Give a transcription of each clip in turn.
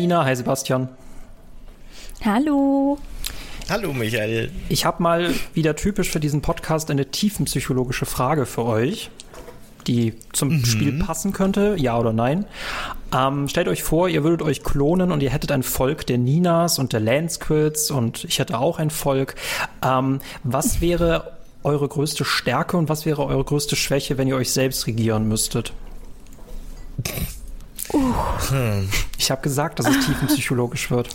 Nina, hi Sebastian. Hallo. Hallo Michael. Ich habe mal wieder typisch für diesen Podcast eine tiefenpsychologische Frage für euch, die zum Spiel passen könnte, ja oder nein. Stellt euch vor, ihr würdet euch klonen und ihr hättet ein Volk der Ninas und der Landsquills und ich hätte auch ein Volk. Was wäre eure größte Stärke und was wäre eure größte Schwäche, wenn ihr euch selbst regieren müsstet? Ich habe gesagt, dass es tiefenpsychologisch wird.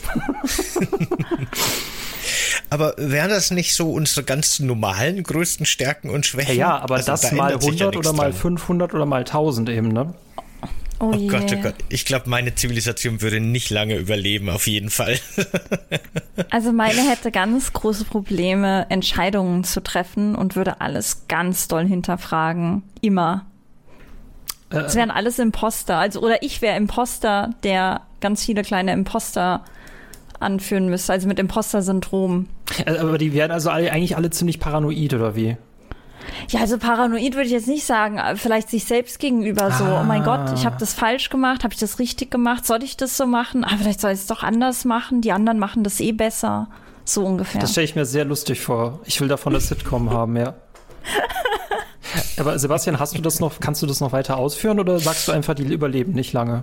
Aber wären das nicht so unsere ganz normalen größten Stärken und Schwächen? Ja, aber also, das da mal ändert sich 100 ja oder mal dran. 500 oder mal 1000 eben, ne? Oh je. Oh Gott. Ich glaube, meine Zivilisation würde nicht lange überleben, auf jeden Fall. Also meine hätte ganz große Probleme, Entscheidungen zu treffen und würde alles ganz doll hinterfragen. Immer. Es wären alles Imposter. Also, oder ich wäre Imposter, der ganz viele kleine Imposter anführen müsste. Also mit Imposter-Syndrom. Aber die wären also eigentlich alle ziemlich paranoid, oder wie? Ja, also paranoid würde ich jetzt nicht sagen. Vielleicht sich selbst gegenüber so. Oh mein Gott, ich habe das falsch gemacht. Habe ich das richtig gemacht? Soll ich das so machen? Vielleicht soll ich es doch anders machen. Die anderen machen das eh besser. So ungefähr. Das stelle ich mir sehr lustig vor. Ich will davon eine Sitcom haben, ja. Aber Sebastian, kannst du das noch weiter ausführen oder sagst du einfach, die überleben nicht lange?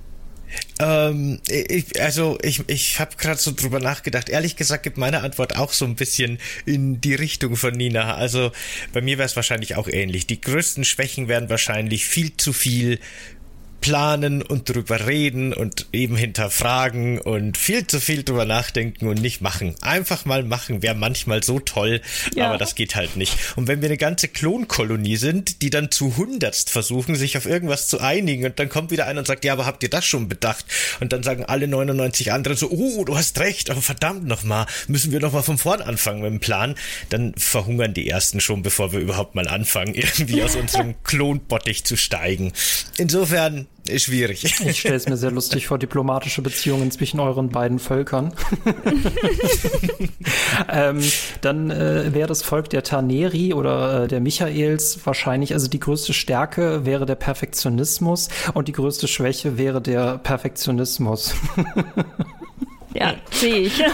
Ich habe gerade so drüber nachgedacht. Ehrlich gesagt gibt meine Antwort auch so ein bisschen in die Richtung von Nina. Also bei mir wäre es wahrscheinlich auch ähnlich. Die größten Schwächen wären wahrscheinlich viel zu viel planen und drüber reden und eben hinterfragen und viel zu viel drüber nachdenken und nicht machen. Einfach mal machen wäre manchmal so toll, aber das geht halt nicht. Und wenn wir eine ganze Klonkolonie sind, die dann zu 100 versuchen, sich auf irgendwas zu einigen und dann kommt wieder einer und sagt, ja, aber habt ihr das schon bedacht? Und dann sagen alle 99 anderen so, oh, du hast recht, aber verdammt nochmal, müssen wir nochmal von vorn anfangen mit dem Plan? Dann verhungern die Ersten schon, bevor wir überhaupt mal anfangen, irgendwie aus unserem Klonbottich zu steigen. Insofern ist schwierig. Ich stelle es mir sehr lustig vor, diplomatische Beziehungen zwischen euren beiden Völkern. Dann wäre das Volk der Taneri oder der Michaels wahrscheinlich, also die größte Stärke wäre der Perfektionismus und die größte Schwäche wäre der Perfektionismus. Ja, sehe ich.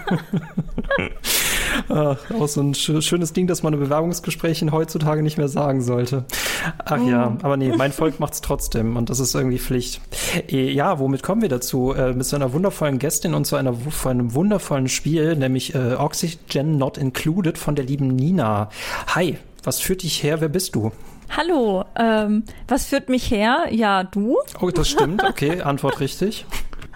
Ach, auch so ein schönes Ding, dass man in Bewerbungsgesprächen heutzutage nicht mehr sagen sollte. Ach ja, aber nee, mein Volk macht's trotzdem und das ist irgendwie Pflicht. Ja, womit kommen wir dazu? Mit so einer wundervollen Gästin und zu einem wundervollen Spiel, nämlich Oxygen Not Included von der lieben Nina. Hi, was führt dich her? Wer bist du? Hallo, was führt mich her? Ja, du. Oh, das stimmt. Okay, Antwort richtig.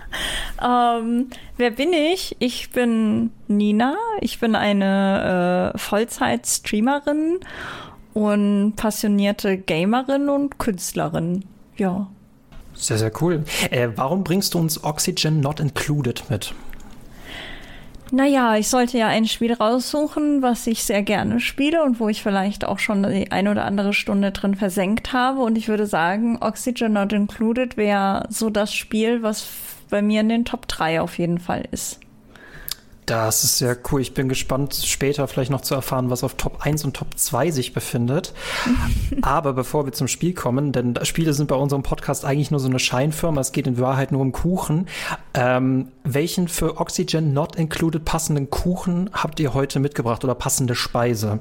Wer bin ich? Ich bin Nina. Ich bin eine Vollzeit-Streamerin und passionierte Gamerin und Künstlerin. Ja. Sehr, sehr cool. Warum bringst du uns Oxygen Not Included mit? Naja, ich sollte ja ein Spiel raussuchen, was ich sehr gerne spiele und wo ich vielleicht auch schon die eine oder andere Stunde drin versenkt habe. Und ich würde sagen, Oxygen Not Included wäre so das Spiel, was bei mir in den Top 3 auf jeden Fall ist. Das ist sehr cool. Ich bin gespannt, später vielleicht noch zu erfahren, was auf Top 1 und Top 2 sich befindet. Aber bevor wir zum Spiel kommen, denn Spiele sind bei unserem Podcast eigentlich nur so eine Scheinfirma, es geht in Wahrheit nur um Kuchen. Welchen für Oxygen Not Included passenden Kuchen habt ihr heute mitgebracht oder passende Speise?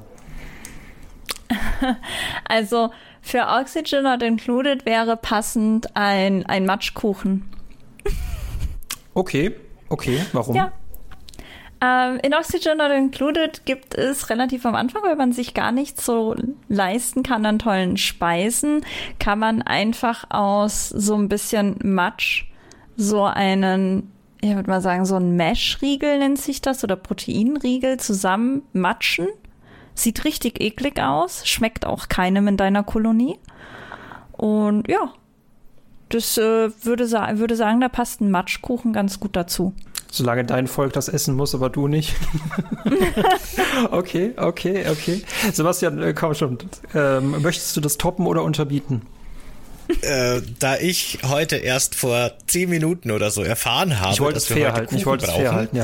Also für Oxygen Not Included wäre passend ein Matschkuchen. Okay, warum? Ja. In Oxygen Not Included gibt es relativ am Anfang, weil man sich gar nicht so leisten kann an tollen Speisen, kann man einfach aus so ein bisschen Matsch so einen, ich würde mal sagen, so ein Mesh-Riegel nennt sich das oder Proteinriegel zusammen matschen. Sieht richtig eklig aus, schmeckt auch keinem in deiner Kolonie. Und ja, das würde sagen, da passt ein Matschkuchen ganz gut dazu. Solange dein Volk das essen muss, aber du nicht. Okay. Sebastian, komm schon. Möchtest du das toppen oder unterbieten? Da ich heute erst vor 10 Minuten oder so erfahren habe, dass wir heute Kuchen brauchen,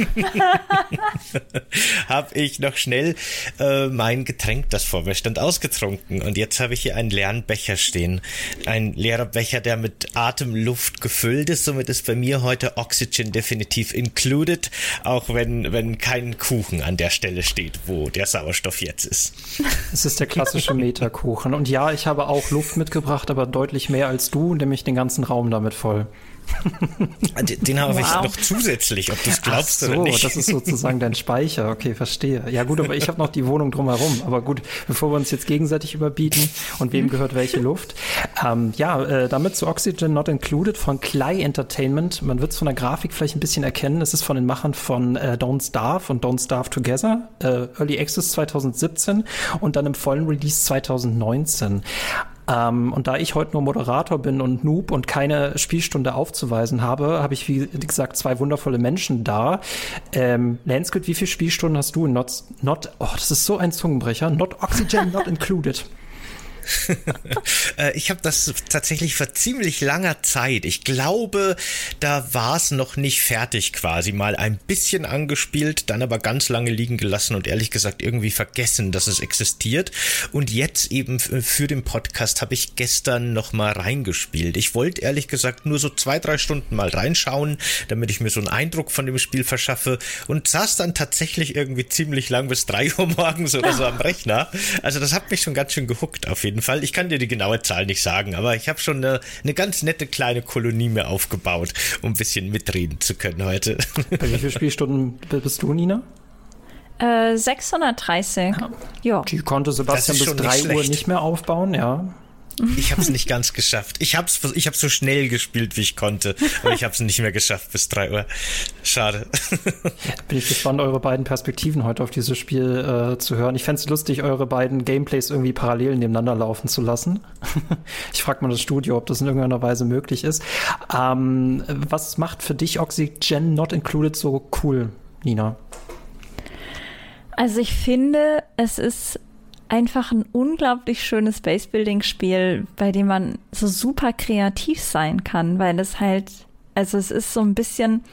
habe ich noch schnell mein Getränk, das vor mir stand, ausgetrunken. Und jetzt habe ich hier einen leeren Becher stehen. Ein leerer Becher, der mit Atemluft gefüllt ist. Somit ist bei mir heute Oxygen definitiv included, auch wenn kein Kuchen an der Stelle steht, wo der Sauerstoff jetzt ist. Es ist der klassische Meterkuchen. Und ja, ich habe auch Luft mitgebracht, aber deutlich mehr als du, nämlich den ganzen Raum damit voll. Den habe ich noch zusätzlich, ob du es glaubst oder nicht. Das ist sozusagen dein Speicher. Okay, verstehe. Ja gut, aber ich habe noch die Wohnung drumherum. Aber gut, bevor wir uns jetzt gegenseitig überbieten und wem gehört welche Luft. Damit zu Oxygen Not Included von Klei Entertainment. Man wird es von der Grafik vielleicht ein bisschen erkennen. Es ist von den Machern von Don't Starve und Don't Starve Together. Early Access 2017 und dann im vollen Release 2019. Und da ich heute nur Moderator bin und Noob und keine Spielstunde aufzuweisen habe, habe ich, wie gesagt, 2 wundervolle Menschen da. Landscut, wie viele Spielstunden hast du in das ist so ein Zungenbrecher, Not Oxygen Not Included? Ich habe das tatsächlich vor ziemlich langer Zeit. Ich glaube, da war es noch nicht fertig quasi. Mal ein bisschen angespielt, dann aber ganz lange liegen gelassen und ehrlich gesagt irgendwie vergessen, dass es existiert. Und jetzt eben für den Podcast habe ich gestern noch mal reingespielt. Ich wollte ehrlich gesagt nur so 2-3 Stunden mal reinschauen, damit ich mir so einen Eindruck von dem Spiel verschaffe und saß dann tatsächlich irgendwie ziemlich lang bis 3 Uhr morgens oder so am Rechner. Also das hat mich schon ganz schön gehuckt auf jeden Fall. Ich kann dir die genaue Zahl nicht sagen, aber ich habe schon eine ganz nette kleine Kolonie mir aufgebaut, um ein bisschen mitreden zu können heute. Bei wie viele Spielstunden bist du, Nina? 630. Ja. Die konnte Sebastian bis 3 Uhr nicht mehr aufbauen, ja. Ich habe es nicht ganz geschafft. Ich habe so schnell gespielt, wie ich konnte. Und ich habe es nicht mehr geschafft bis 3 Uhr. Schade. Bin ich gespannt, eure beiden Perspektiven heute auf dieses Spiel zu hören. Ich fände es lustig, eure beiden Gameplays irgendwie parallel nebeneinander laufen zu lassen. Ich frage mal das Studio, ob das in irgendeiner Weise möglich ist. Was macht für dich Oxygen Not Included so cool, Nina? Also ich finde, es ist einfach ein unglaublich schönes Base-Building-Spiel, bei dem man so super kreativ sein kann, weil es halt, also es ist so ein bisschen,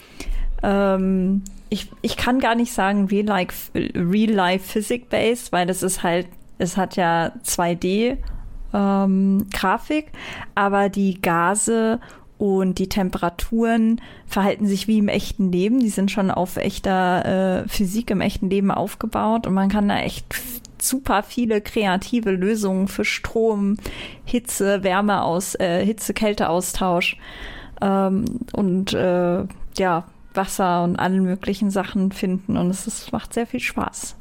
ich kann gar nicht sagen Real-Life Physics-Based, weil es ist halt, es hat ja 2D Grafik, aber die Gase und die Temperaturen verhalten sich wie im echten Leben. Die sind schon auf echter Physik im echten Leben aufgebaut und man kann da echt super viele kreative Lösungen für Strom, Hitze, Hitze-Kälte-Austausch und Wasser und allen möglichen Sachen finden und es macht sehr viel Spaß.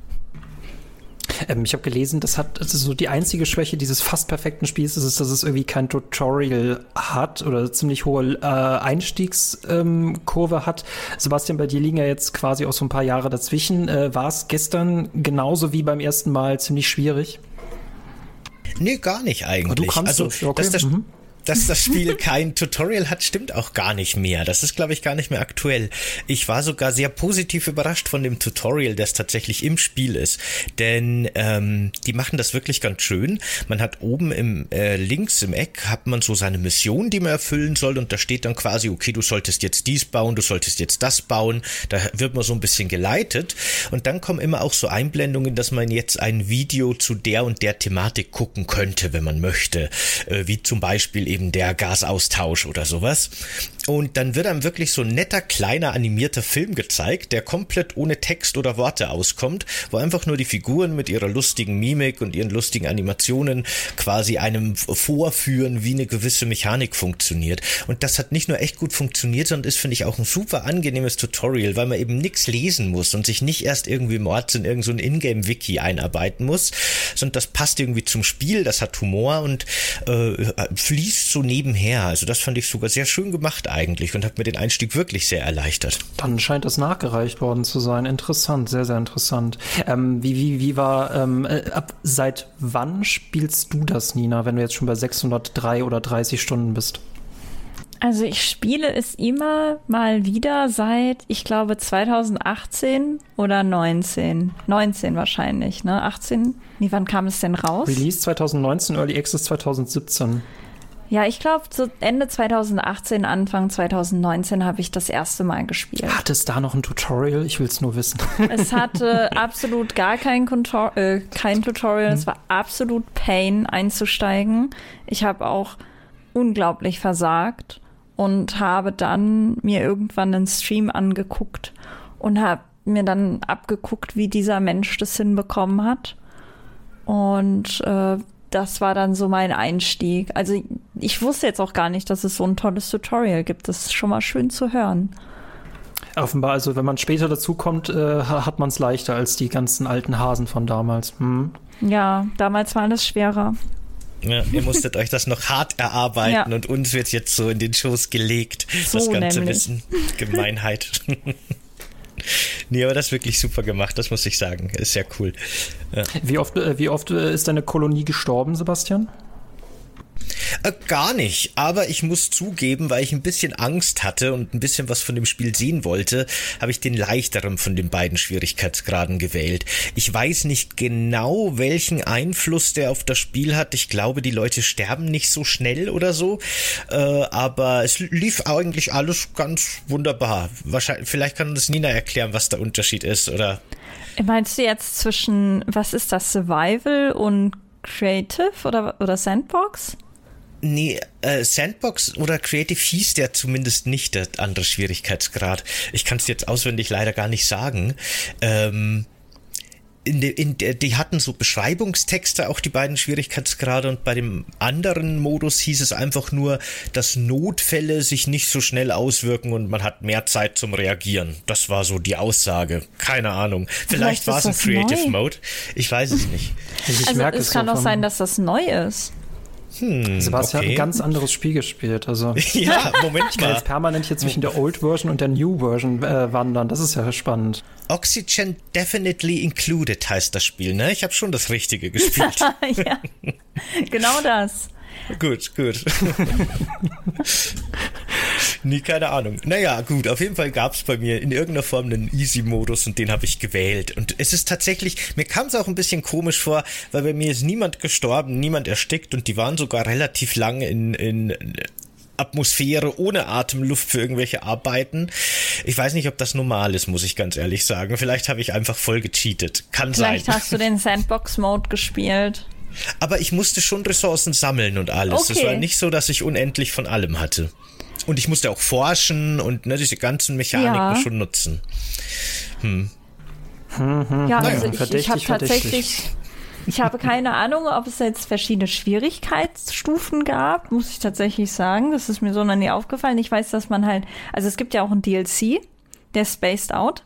Ich habe gelesen, das ist so die einzige Schwäche dieses fast perfekten Spiels, ist, dass es irgendwie kein Tutorial hat oder ziemlich hohe Einstiegskurve hat. Sebastian, bei dir liegen ja jetzt quasi auch so ein paar Jahre dazwischen. War es gestern genauso wie beim ersten Mal ziemlich schwierig? Nee, gar nicht eigentlich. Du kannst also, okay. Dass das Spiel kein Tutorial hat, stimmt auch gar nicht mehr. Das ist, glaube ich, gar nicht mehr aktuell. Ich war sogar sehr positiv überrascht von dem Tutorial, das tatsächlich im Spiel ist. Denn die machen das wirklich ganz schön. Man hat oben links im Eck hat man so seine Mission, die man erfüllen soll. Und da steht dann quasi, okay, du solltest jetzt dies bauen, du solltest jetzt das bauen. Da wird man so ein bisschen geleitet. Und dann kommen immer auch so Einblendungen, dass man jetzt ein Video zu der und der Thematik gucken könnte, wenn man möchte. Wie zum Beispiel eben der Gasaustausch oder sowas. Und dann wird einem wirklich so ein netter, kleiner, animierter Film gezeigt, der komplett ohne Text oder Worte auskommt, wo einfach nur die Figuren mit ihrer lustigen Mimik und ihren lustigen Animationen quasi einem vorführen, wie eine gewisse Mechanik funktioniert. Und das hat nicht nur echt gut funktioniert, sondern ist, finde ich, auch ein super angenehmes Tutorial, weil man eben nichts lesen muss und sich nicht erst irgendwie mords in irgend so ein Ingame-Wiki einarbeiten muss, sondern das passt irgendwie zum Spiel, das hat Humor und fließt so nebenher. Also das fand ich sogar sehr schön gemacht eigentlich und hat mir den Einstieg wirklich sehr erleichtert. Dann scheint das nachgereicht worden zu sein. Interessant, sehr, sehr interessant. Wie war, seit wann spielst du das, Nina, wenn du jetzt schon bei 603 oder 30 Stunden bist? Also ich spiele es immer mal wieder seit, ich glaube, 2018 oder 19. 19 wahrscheinlich, ne? 18? Nee, wann kam es denn raus? Release 2019, Early Access 2017. Ja, ich glaube, so Ende 2018, Anfang 2019 habe ich das erste Mal gespielt. Hat es da noch ein Tutorial? Ich will es nur wissen. Es hatte absolut gar kein Tutorial. Es war absolut Pain einzusteigen. Ich habe auch unglaublich versagt und habe dann mir irgendwann einen Stream angeguckt und habe mir dann abgeguckt, wie dieser Mensch das hinbekommen hat. Und das war dann so mein Einstieg. Also ich wusste jetzt auch gar nicht, dass es so ein tolles Tutorial gibt. Das ist schon mal schön zu hören. Offenbar, also wenn man später dazukommt, hat man es leichter als die ganzen alten Hasen von damals. Ja, damals war alles schwerer. Ja, ihr musstet euch das noch hart erarbeiten und uns wird jetzt so in den Schoß gelegt, so das ganze nämlich. Wissen. Gemeinheit. Nee, aber das ist wirklich super gemacht, das muss ich sagen. Ist sehr cool. Ja. Wie oft ist deine Kolonie gestorben, Sebastian? Gar nicht, aber ich muss zugeben, weil ich ein bisschen Angst hatte und ein bisschen was von dem Spiel sehen wollte, habe ich den leichteren von den beiden Schwierigkeitsgraden gewählt. Ich weiß nicht genau, welchen Einfluss der auf das Spiel hat. Ich glaube, die Leute sterben nicht so schnell oder so, aber es lief eigentlich alles ganz wunderbar. Vielleicht kann uns Nina erklären, was der Unterschied ist, oder? Meinst du jetzt zwischen, was ist das, Survival und Creative oder Sandbox? Nee, Sandbox oder Creative hieß der zumindest nicht, der andere Schwierigkeitsgrad. Ich kann es jetzt auswendig leider gar nicht sagen. Die hatten so Beschreibungstexte, auch die beiden Schwierigkeitsgrade, und bei dem anderen Modus hieß es einfach nur, dass Notfälle sich nicht so schnell auswirken und man hat mehr Zeit zum Reagieren. Das war so die Aussage. Keine Ahnung. Vielleicht war es ein Creative Mode. Ich weiß es nicht. Es kann auch sein, dass das neu ist. Sebastian hat ein ganz anderes Spiel gespielt. Also ja, Moment mal. Ich kann jetzt permanent hier zwischen der Old Version und der New Version wandern. Das ist ja spannend. Oxygen Definitely Included heißt das Spiel, ne? Ich habe schon das Richtige gespielt. Ja, genau das. Gut. Nee, keine Ahnung. Naja, gut, auf jeden Fall gab es bei mir in irgendeiner Form einen Easy-Modus und den habe ich gewählt. Und es ist tatsächlich, mir kam es auch ein bisschen komisch vor, weil bei mir ist niemand gestorben, niemand erstickt und die waren sogar relativ lang in Atmosphäre ohne Atemluft für irgendwelche Arbeiten. Ich weiß nicht, ob das normal ist, muss ich ganz ehrlich sagen. Vielleicht habe ich einfach voll gecheatet. Kann sein. Vielleicht hast du den Sandbox-Mode gespielt. Aber ich musste schon Ressourcen sammeln und alles. Es war nicht so, dass ich unendlich von allem hatte. Und ich musste auch forschen und diese ganzen Mechaniken schon nutzen. Ja, also ich habe tatsächlich... Ich habe keine Ahnung, ob es jetzt verschiedene Schwierigkeitsstufen gab, muss ich tatsächlich sagen. Das ist mir so noch nie aufgefallen. Ich weiß, dass man halt... Also es gibt ja auch einen DLC, der Spaced Out.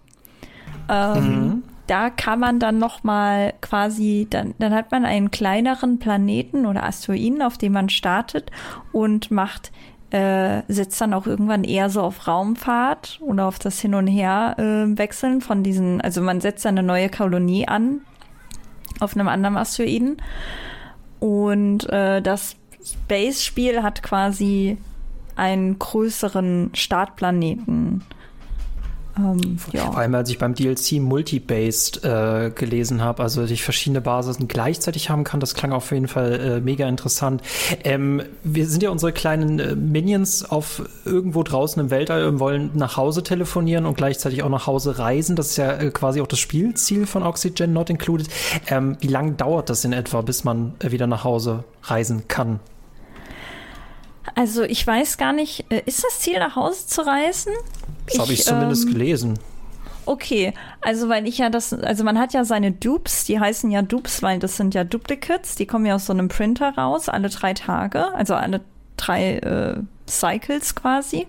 Da kann man dann nochmal quasi, dann hat man einen kleineren Planeten oder Asteroiden, auf dem man startet und setzt dann auch irgendwann eher so auf Raumfahrt oder auf das Hin und Her wechseln von diesen, also man setzt dann eine neue Kolonie an auf einem anderen Asteroiden und das Space-Spiel hat quasi einen größeren Startplaneten. Vor allem, als ich beim DLC Multi-Based gelesen habe, also dass ich verschiedene Basen gleichzeitig haben kann, das klang auf jeden Fall mega interessant. Wir sind ja unsere kleinen Minions auf irgendwo draußen im Weltall und wollen nach Hause telefonieren und gleichzeitig auch nach Hause reisen. Das ist ja quasi auch das Spielziel von Oxygen Not Included. Wie lange dauert das in etwa, bis man wieder nach Hause reisen kann? Also ich weiß gar nicht, ist das Ziel, nach Hause zu reisen? Das habe ich zumindest gelesen. Okay, also weil man hat ja seine Dupes, die heißen ja Dupes, weil das sind ja Duplicates, die kommen ja aus so einem Printer raus, alle 3 Tage, also alle 3 Cycles quasi.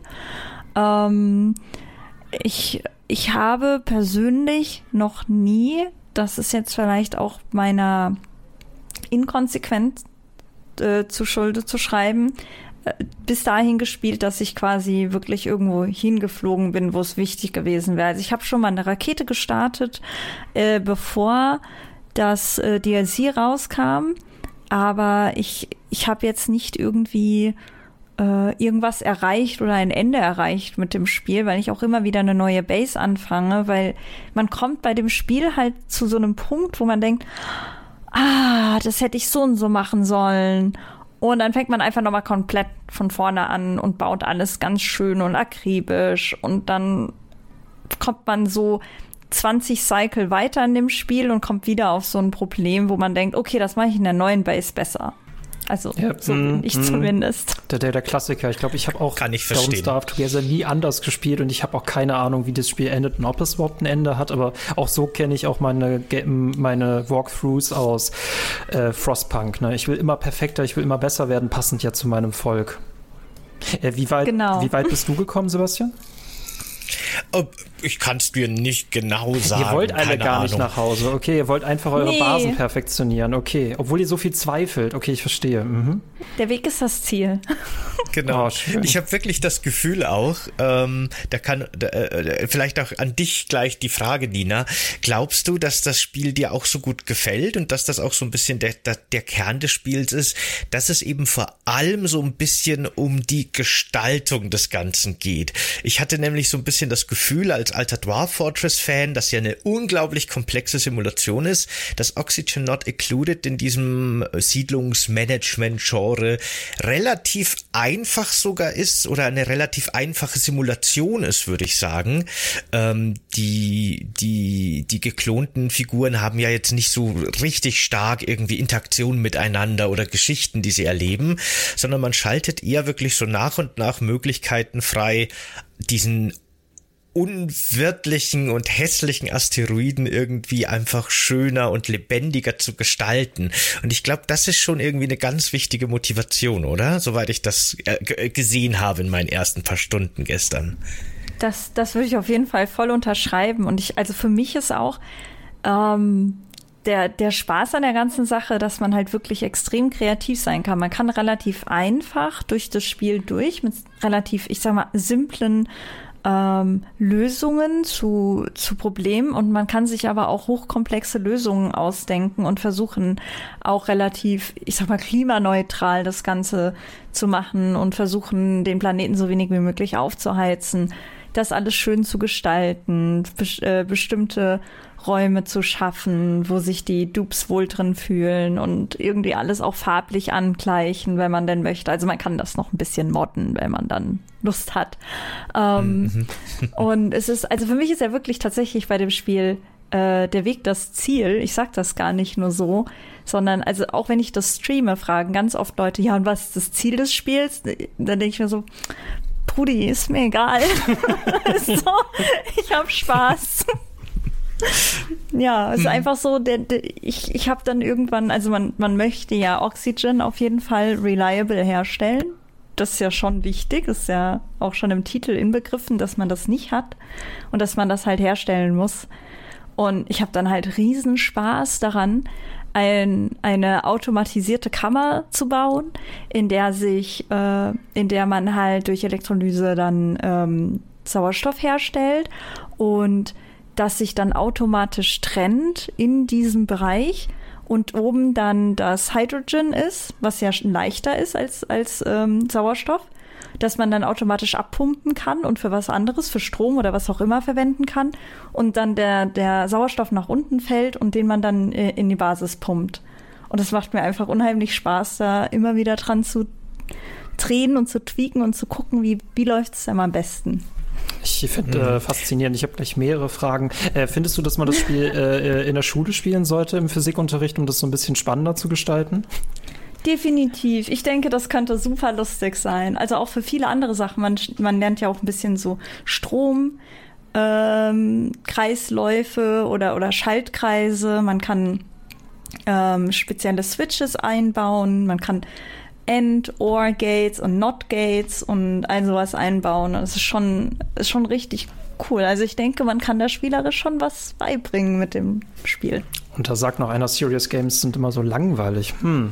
Ich habe persönlich noch nie, das ist jetzt vielleicht auch meiner Inkonsequenz zu Schulde zu schreiben, bis dahin gespielt, dass ich quasi wirklich irgendwo hingeflogen bin, wo es wichtig gewesen wäre. Also ich habe schon mal eine Rakete gestartet, bevor das DLC rauskam, aber ich habe jetzt nicht irgendwie irgendwas erreicht oder ein Ende erreicht mit dem Spiel, weil ich auch immer wieder eine neue Base anfange, weil man kommt bei dem Spiel halt zu so einem Punkt, wo man denkt, das hätte ich so und so machen sollen. Und dann fängt man einfach nochmal komplett von vorne an und baut alles ganz schön und akribisch. Und dann kommt man so 20 Cycle weiter in dem Spiel und kommt wieder auf so ein Problem, wo man denkt, okay, das mache ich in der neuen Base besser. Also, so bin ich zumindest. Der Klassiker. Ich glaube, ich habe auch Don't Starve Together nie anders gespielt und ich habe auch keine Ahnung, wie das Spiel endet und ob es überhaupt ein Ende hat, aber auch so kenne ich auch meine Walkthroughs aus Frostpunk. Ne? Ich will immer perfekter, ich will immer besser werden, passend ja zu meinem Volk. Wie weit bist du gekommen, Sebastian? Ich kann es dir nicht genau sagen. Ihr wollt alle gar nicht nach Hause. Okay, ihr wollt einfach eure Basen perfektionieren. Okay, obwohl ihr so viel zweifelt. Okay, ich verstehe. Mhm. Der Weg ist das Ziel. Genau. Ich habe wirklich das Gefühl auch, vielleicht auch an dich gleich die Frage, Nina. Glaubst du, dass das Spiel dir auch so gut gefällt und dass das auch so ein bisschen der Kern des Spiels ist, dass es eben vor allem so ein bisschen um die Gestaltung des Ganzen geht? Ich hatte nämlich so ein bisschen das Gefühl, als alter Dwarf Fortress-Fan, dass ja eine unglaublich komplexe Simulation ist, dass Oxygen Not Included in diesem Siedlungsmanagement-Genre relativ einfach sogar ist oder eine relativ einfache Simulation ist, würde ich sagen. Die geklonten Figuren haben ja jetzt nicht so richtig stark irgendwie Interaktionen miteinander oder Geschichten, die sie erleben, sondern man schaltet eher wirklich so nach und nach Möglichkeiten frei, diesen unwirtlichen und hässlichen Asteroiden irgendwie einfach schöner und lebendiger zu gestalten. Und ich glaube, das ist schon irgendwie eine ganz wichtige Motivation, oder? Soweit ich das gesehen habe in meinen ersten paar Stunden gestern. Das würde ich auf jeden Fall voll unterschreiben. Und also für mich ist auch der Spaß an der ganzen Sache, dass man halt wirklich extrem kreativ sein kann. Man kann relativ einfach durch das Spiel mit relativ, ich sag mal, simplen Lösungen zu Problemen, und man kann sich aber auch hochkomplexe Lösungen ausdenken und versuchen auch relativ, ich sag mal, klimaneutral das Ganze zu machen und versuchen, den Planeten so wenig wie möglich aufzuheizen, das alles schön zu gestalten, bestimmte Räume zu schaffen, wo sich die Dupes wohl drin fühlen und irgendwie alles auch farblich angleichen, wenn man denn möchte. Also man kann das noch ein bisschen modden, wenn man dann Lust hat. Und es ist, also für mich ist ja wirklich tatsächlich bei dem Spiel der Weg das Ziel. Ich sag das gar nicht nur so, sondern also auch wenn ich das streame, fragen ganz oft Leute, ja, und was ist das Ziel des Spiels? Dann denke ich mir so, Brudi, ist mir egal. So, ich habe Spaß. Ja, es ist einfach so, ich habe dann irgendwann, also man möchte ja Oxygen auf jeden Fall reliable herstellen. Das ist ja schon wichtig, ist ja auch schon im Titel inbegriffen, dass man das nicht hat und dass man das halt herstellen muss. Und ich habe dann halt riesen Spaß daran, eine automatisierte Kammer zu bauen, in der man halt durch Elektrolyse dann Sauerstoff herstellt und das sich dann automatisch trennt in diesem Bereich und oben dann das Hydrogen ist, was ja leichter ist als Sauerstoff, dass man dann automatisch abpumpen kann und für was anderes, für Strom oder was auch immer verwenden kann und dann der Sauerstoff nach unten fällt und den man dann in die Basis pumpt. Und das macht mir einfach unheimlich Spaß, da immer wieder dran zu drehen und zu tweaken und zu gucken, wie läuft es denn am besten. Ich finde faszinierend. Ich habe gleich mehrere Fragen. Findest du, dass man das Spiel in der Schule spielen sollte, im Physikunterricht, um das so ein bisschen spannender zu gestalten? Definitiv. Ich denke, das könnte super lustig sein. Also auch für viele andere Sachen. Man lernt ja auch ein bisschen so Strom, Kreisläufe oder Schaltkreise. Man kann spezielle Switches einbauen. Man kann And-Or-Gates und Not-Gates und all sowas einbauen. Und das ist schon richtig cool. Also ich denke, man kann da spielerisch schon was beibringen mit dem Spiel. Und da sagt noch einer, Serious Games sind immer so langweilig. Und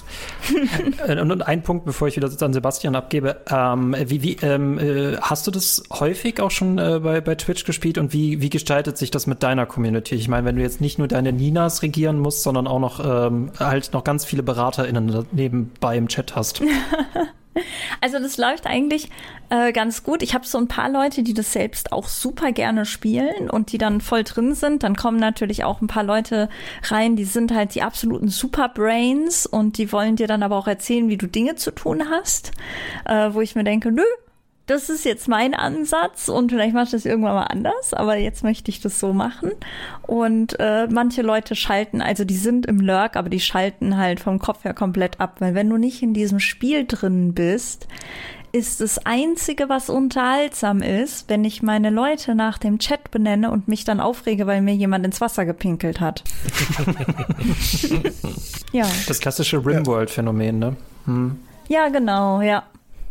ein Punkt, bevor ich wieder an Sebastian abgebe. Hast du das häufig auch schon bei Twitch gespielt und wie gestaltet sich das mit deiner Community? Ich meine, wenn du jetzt nicht nur deine Ninas regieren musst, sondern auch noch halt noch ganz viele BeraterInnen nebenbei im Chat hast. Also das läuft eigentlich ganz gut. Ich habe so ein paar Leute, die das selbst auch super gerne spielen und die dann voll drin sind. Dann kommen natürlich auch ein paar Leute rein, die sind halt die absoluten Superbrains und die wollen dir dann aber auch erzählen, wie du Dinge zu tun hast. Wo ich mir denke, nö, das ist jetzt mein Ansatz und vielleicht mache ich das irgendwann mal anders, aber jetzt möchte ich das so machen. Und manche Leute schalten, also die sind im Lurk, aber die schalten halt vom Kopf her komplett ab, weil wenn du nicht in diesem Spiel drin bist, ist das Einzige, was unterhaltsam ist, wenn ich meine Leute nach dem Chat benenne und mich dann aufrege, weil mir jemand ins Wasser gepinkelt hat. Ja. Das klassische Rimworld-Phänomen, ne? Ja, genau, ja.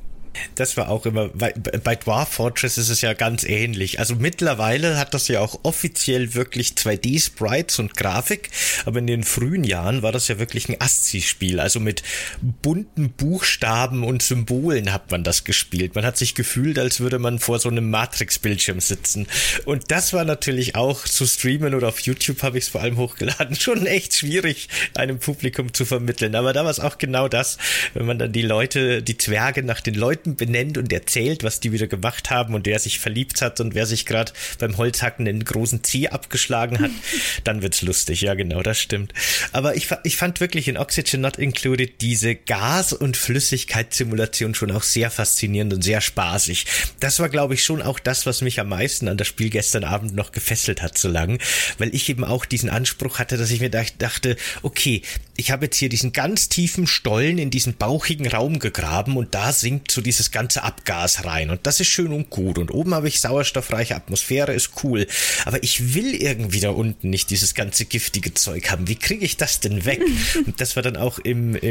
Das war auch immer, bei Dwarf Fortress ist es ja ganz ähnlich. Also mittlerweile hat das ja auch offiziell wirklich 2D-Sprites und Grafik, aber in den frühen Jahren war das ja wirklich ein ASCII-Spiel. Also mit bunten Buchstaben und Symbolen hat man das gespielt. Man hat sich gefühlt, als würde man vor so einem Matrix-Bildschirm sitzen. Und das war natürlich auch zu streamen oder auf YouTube habe ich es vor allem hochgeladen, schon echt schwierig, einem Publikum zu vermitteln. Aber da war es auch genau das, wenn man dann die Leute, die Zwerge nach den Leuten benennt und erzählt, was die wieder gemacht haben und wer sich verliebt hat und wer sich gerade beim Holzhacken den großen Zeh abgeschlagen hat, dann wird's lustig. Ja, genau, das stimmt. Aber ich fand wirklich in Oxygen Not Included diese Gas- und Flüssigkeitssimulation schon auch sehr faszinierend und sehr spaßig. Das war, glaube ich, schon auch das, was mich am meisten an das Spiel gestern Abend noch gefesselt hat so lang, weil ich eben auch diesen Anspruch hatte, dass ich mir dachte, okay, ich habe jetzt hier diesen ganz tiefen Stollen in diesen bauchigen Raum gegraben und da sinkt so dieses ganze Abgas rein und das ist schön und gut und oben habe ich sauerstoffreiche Atmosphäre, ist cool, aber ich will irgendwie da unten nicht dieses ganze giftige Zeug haben. Wie kriege ich das denn weg? Und das war dann auch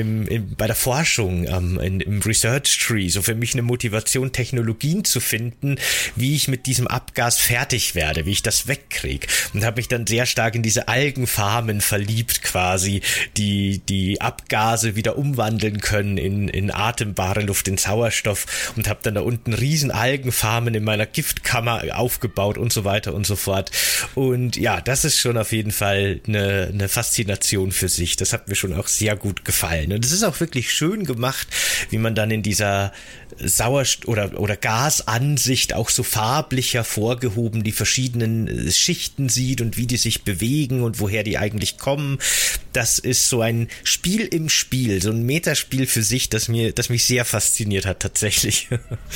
bei der Forschung, im Research Tree, so für mich eine Motivation, Technologien zu finden, wie ich mit diesem Abgas fertig werde, wie ich das wegkriege und habe mich dann sehr stark in diese Algenfarmen verliebt quasi, die Abgase wieder umwandeln können in atembare Luft, in Sauerstoff und habe dann da unten riesen Algenfarmen in meiner Giftkammer aufgebaut und so weiter und so fort. Und ja, das ist schon auf jeden Fall eine Faszination für sich. Das hat mir schon auch sehr gut gefallen. Und es ist auch wirklich schön gemacht, wie man dann in dieser Sauerstoff- oder Gasansicht auch so farblich hervorgehoben die verschiedenen Schichten sieht und wie die sich bewegen und woher die eigentlich kommen. Das ist so ein Spiel im Spiel, so ein Metaspiel für sich, das mich sehr fasziniert hat tatsächlich.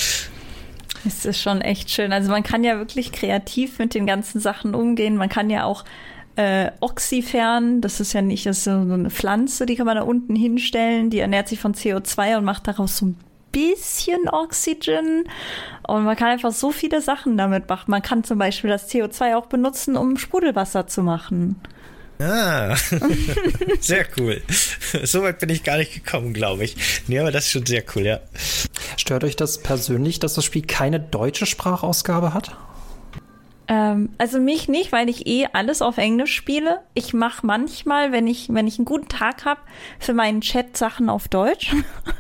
Es ist schon echt schön. Also man kann ja wirklich kreativ mit den ganzen Sachen umgehen. Man kann ja auch Oxyfern, das ist so eine Pflanze, die kann man da unten hinstellen, die ernährt sich von CO2 und macht daraus so ein bisschen Oxygen und man kann einfach so viele Sachen damit machen. Man kann zum Beispiel das CO2 auch benutzen, um Sprudelwasser zu machen. Ah, sehr cool. So weit bin ich gar nicht gekommen, glaube ich. Nee, aber das ist schon sehr cool, ja. Stört euch das persönlich, dass das Spiel keine deutsche Sprachausgabe hat? Also mich nicht, weil ich alles auf Englisch spiele. Ich mache manchmal, wenn ich einen guten Tag habe, für meinen Chat Sachen auf Deutsch.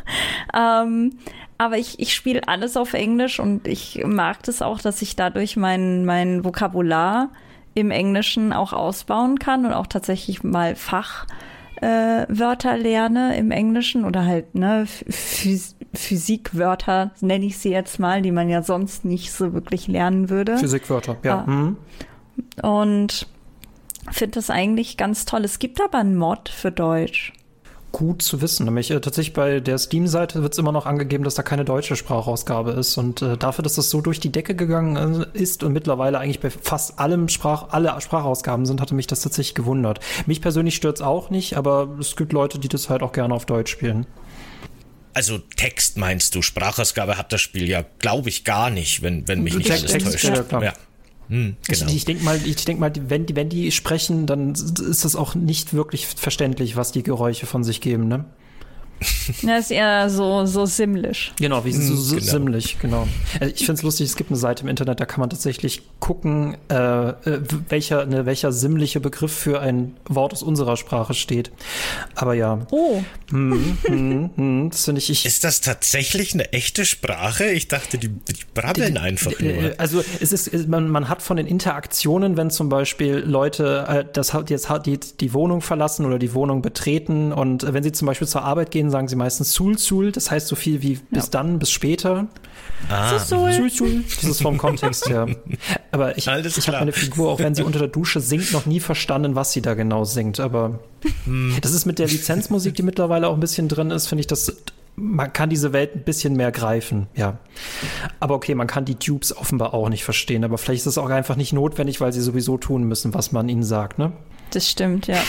Aber ich spiele alles auf Englisch und ich mag das auch, dass ich dadurch mein Vokabular im Englischen auch ausbauen kann und auch tatsächlich mal Fachwörter lerne im Englischen oder halt Physikwörter, nenne ich sie jetzt mal, die man ja sonst nicht so wirklich lernen würde. Physikwörter, ja. Und finde das eigentlich ganz toll. Es gibt aber einen Mod für Deutsch. Gut zu wissen. Nämlich tatsächlich bei der Steam-Seite wird es immer noch angegeben, dass da keine deutsche Sprachausgabe ist. Und dafür, dass das so durch die Decke gegangen ist und mittlerweile eigentlich bei fast alle Sprachausgaben sind, hatte mich das tatsächlich gewundert. Mich persönlich stört es auch nicht, aber es gibt Leute, die das halt auch gerne auf Deutsch spielen. Also Text meinst du? Sprachausgabe hat das Spiel ja, glaube ich, gar nicht, wenn mich nicht alles täuscht. Ja, klar. Ja. Genau. Ich denk mal, wenn die sprechen, dann ist das auch nicht wirklich verständlich, was die Geräusche von sich geben, ne? Ja, ist eher so simmlisch. Genau, wie so genau. Simmlich, genau. Ich finde es lustig, es gibt eine Seite im Internet, da kann man tatsächlich gucken, welcher simmliche Begriff für ein Wort aus unserer Sprache steht. Aber ja. Oh. Das finde ich. Ist das tatsächlich eine echte Sprache? Ich dachte, die brabbeln einfach nur. Also man hat von den Interaktionen, wenn zum Beispiel Leute die Wohnung verlassen oder die Wohnung betreten und wenn sie zum Beispiel zur Arbeit gehen sagen sie meistens Sul, das heißt so viel wie bis dann, bis später. Sul. Das ist vom Kontext her. Aber ich habe meine Figur, auch wenn sie unter der Dusche singt, noch nie verstanden, was sie da genau singt. Aber das ist mit der Lizenzmusik, die mittlerweile auch ein bisschen drin ist, finde ich, man kann diese Welt ein bisschen mehr greifen, ja. Aber okay, man kann die Tubes offenbar auch nicht verstehen. Aber vielleicht ist es auch einfach nicht notwendig, weil sie sowieso tun müssen, was man ihnen sagt, ne? Das stimmt, ja.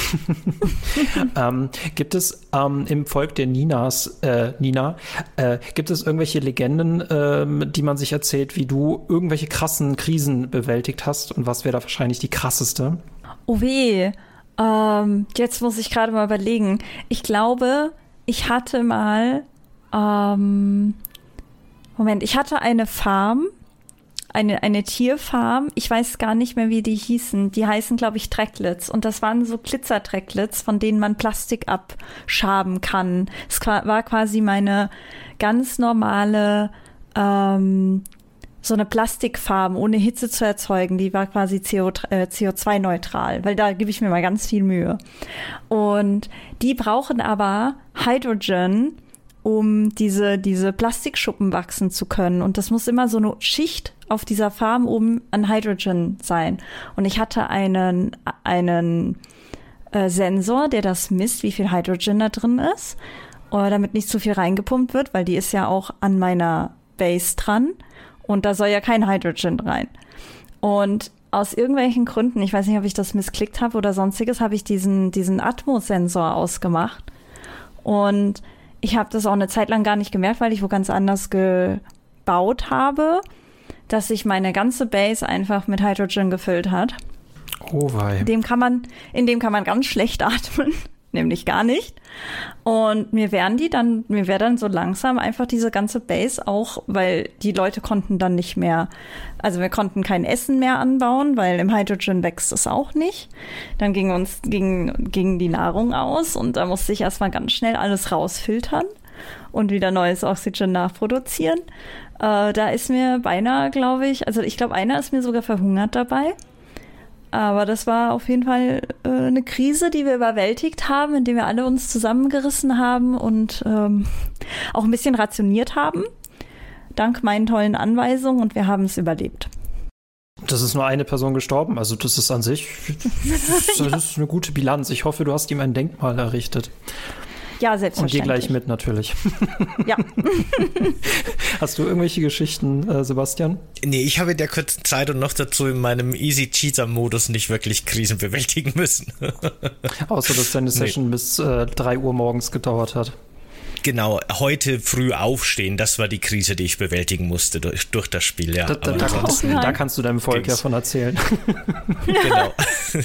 Gibt es im Volk der Nina, gibt es irgendwelche Legenden, die man sich erzählt, wie du irgendwelche krassen Krisen bewältigt hast? Und was wäre da wahrscheinlich die krasseste? Oh weh, jetzt muss ich gerade mal überlegen. Ich glaube, ich hatte mal, ich hatte eine Farm, eine Tierfarm. Ich weiß gar nicht mehr, wie die hießen. Die heißen, glaube ich, Tracklets. Und das waren so Glitzer-Tracklets, von denen man Plastik abschaben kann. Es war quasi meine ganz normale, so eine Plastikfarm, ohne Hitze zu erzeugen. Die war quasi CO2-neutral, weil da gebe ich mir mal ganz viel Mühe. Und die brauchen aber Hydrogen, um diese Plastikschuppen wachsen zu können. Und das muss immer so eine Schicht auf dieser Farm oben an Hydrogen sein. Und ich hatte einen Sensor, der das misst, wie viel Hydrogen da drin ist, damit nicht zu viel reingepumpt wird, weil die ist ja auch an meiner Base dran. Und da soll ja kein Hydrogen rein. Und aus irgendwelchen Gründen, ich weiß nicht, ob ich das missklickt habe oder sonstiges, habe ich diesen Atmos-Sensor ausgemacht. Und ich habe das auch eine Zeit lang gar nicht gemerkt, weil ich wo ganz anders gebaut habe, dass sich meine ganze Base einfach mit Hydrogen gefüllt hat. Oh wei. In dem kann man ganz schlecht atmen, nämlich gar nicht. Und mir wäre dann so langsam einfach diese ganze Base auch, weil die Leute konnten dann nicht mehr, also wir konnten kein Essen mehr anbauen, weil im Hydrogen wächst es auch nicht. Dann ging die Nahrung aus und da musste ich erstmal ganz schnell alles rausfiltern und wieder neues Oxygen nachproduzieren. Da ist mir beinahe, glaube ich, einer ist mir sogar verhungert dabei. Aber das war auf jeden Fall eine Krise, die wir überwältigt haben, indem wir alle uns zusammengerissen haben und auch ein bisschen rationiert haben, dank meinen tollen Anweisungen, und wir haben es überlebt. Das ist nur eine Person gestorben, also das ist an sich das ist eine gute Bilanz. Ich hoffe, du hast ihm ein Denkmal errichtet. Ja, selbstverständlich. Und dir gleich mit, natürlich. Ja. Hast du irgendwelche Geschichten, Sebastian? Nee, ich habe in der kurzen Zeit und noch dazu in meinem Easy-Cheater-Modus nicht wirklich Krisen bewältigen müssen. Außer, dass deine Session bis 3 Uhr morgens gedauert hat. Genau, heute früh aufstehen, das war die Krise, die ich bewältigen musste durch das Spiel. Ja. Da kannst du deinem Volk ja von erzählen. Genau.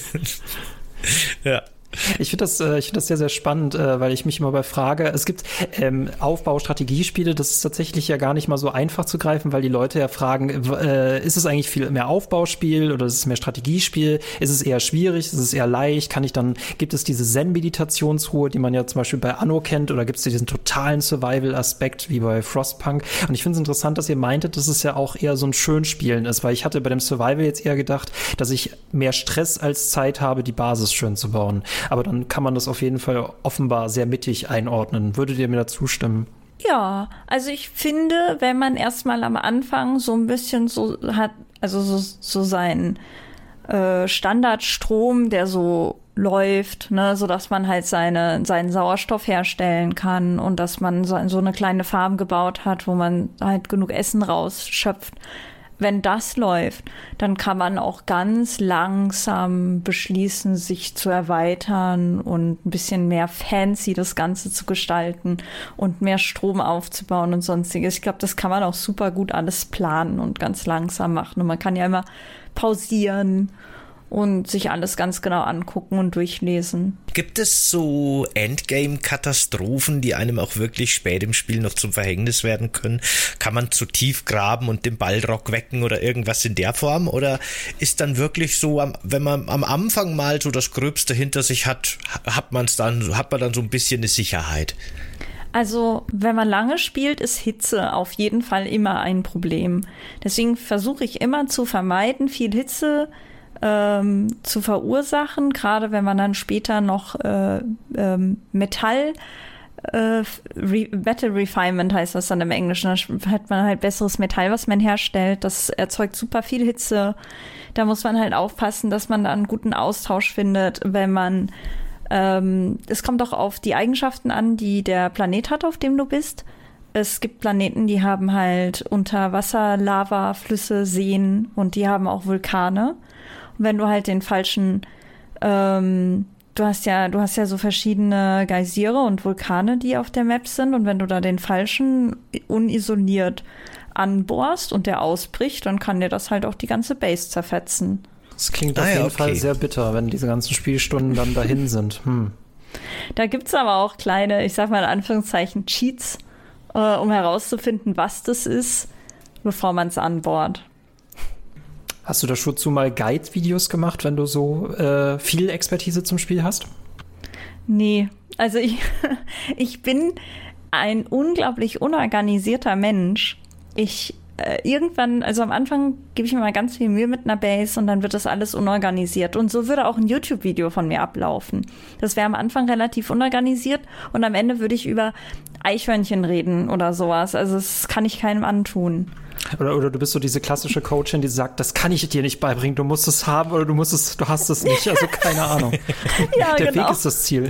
Ja. Ich finde das sehr, sehr spannend, weil ich mich immer frage, es gibt Aufbaustrategiespiele, das ist tatsächlich ja gar nicht mal so einfach zu greifen, weil die Leute ja fragen, ist es eigentlich viel mehr Aufbauspiel oder ist es mehr Strategiespiel? Ist es eher schwierig? Ist es eher leicht? Gibt es diese Zen-Meditationsruhe, die man ja zum Beispiel bei Anno kennt, oder gibt es diesen totalen Survival-Aspekt wie bei Frostpunk? Und ich finde es interessant, dass ihr meintet, dass es ja auch eher so ein Schönspielen ist, weil ich hatte bei dem Survival jetzt eher gedacht, dass ich mehr Stress als Zeit habe, die Basis schön zu bauen. Aber dann kann man das auf jeden Fall offenbar sehr mittig einordnen. Würdet ihr mir da zustimmen? Ja, also ich finde, wenn man erstmal am Anfang so ein bisschen so hat, also so seinen Standardstrom, der so läuft, ne, so dass man halt seinen Sauerstoff herstellen kann und dass man so eine kleine Farm gebaut hat, wo man halt genug Essen rausschöpft. Wenn das läuft, dann kann man auch ganz langsam beschließen, sich zu erweitern und ein bisschen mehr fancy das Ganze zu gestalten und mehr Strom aufzubauen und sonstiges. Ich glaube, das kann man auch super gut alles planen und ganz langsam machen. Und man kann ja immer pausieren und sich alles ganz genau angucken und durchlesen. Gibt es so Endgame-Katastrophen, die einem auch wirklich spät im Spiel noch zum Verhängnis werden können? Kann man zu tief graben und den Balrog wecken oder irgendwas in der Form? Oder ist dann wirklich so, wenn man am Anfang mal so das Gröbste hinter sich hat, hat man dann so ein bisschen eine Sicherheit? Also, wenn man lange spielt, ist Hitze auf jeden Fall immer ein Problem. Deswegen versuche ich immer zu vermeiden, viel Hitze zu verursachen, gerade wenn man dann später noch Metall Metal Refinement heißt das dann im Englischen. Da hat man halt besseres Metall, was man herstellt. Das erzeugt super viel Hitze. Da muss man halt aufpassen, dass man da einen guten Austausch findet, wenn man es kommt auch auf die Eigenschaften an, die der Planet hat, auf dem du bist. Es gibt Planeten, die haben halt unter Wasser, Lava, Flüsse, Seen und die haben auch Vulkane. Und wenn du halt den falschen, du hast ja so verschiedene Geysire und Vulkane, die auf der Map sind. Und wenn du da den falschen unisoliert anbohrst und der ausbricht, dann kann dir das halt auch die ganze Base zerfetzen. Das klingt auf jeden Fall sehr bitter, wenn diese ganzen Spielstunden dann dahin sind. Da gibt's aber auch kleine, ich sag mal in Anführungszeichen, Cheats, um herauszufinden, was das ist, bevor man es anbohrt. Hast du dazu mal Guide-Videos gemacht, wenn du so viel Expertise zum Spiel hast? Nee, also ich bin ein unglaublich unorganisierter Mensch. Irgendwann, also am Anfang gebe ich mir mal ganz viel Mühe mit einer Base und dann wird das alles unorganisiert. Und so würde auch ein YouTube-Video von mir ablaufen. Das wäre am Anfang relativ unorganisiert und am Ende würde ich über Eichhörnchen reden oder sowas. Also das kann ich keinem antun. Oder du bist so diese klassische Coachin, die sagt, das kann ich dir nicht beibringen, du musst es haben oder du hast es nicht. Also keine Ahnung. Ja, Der genau. Weg ist das Ziel.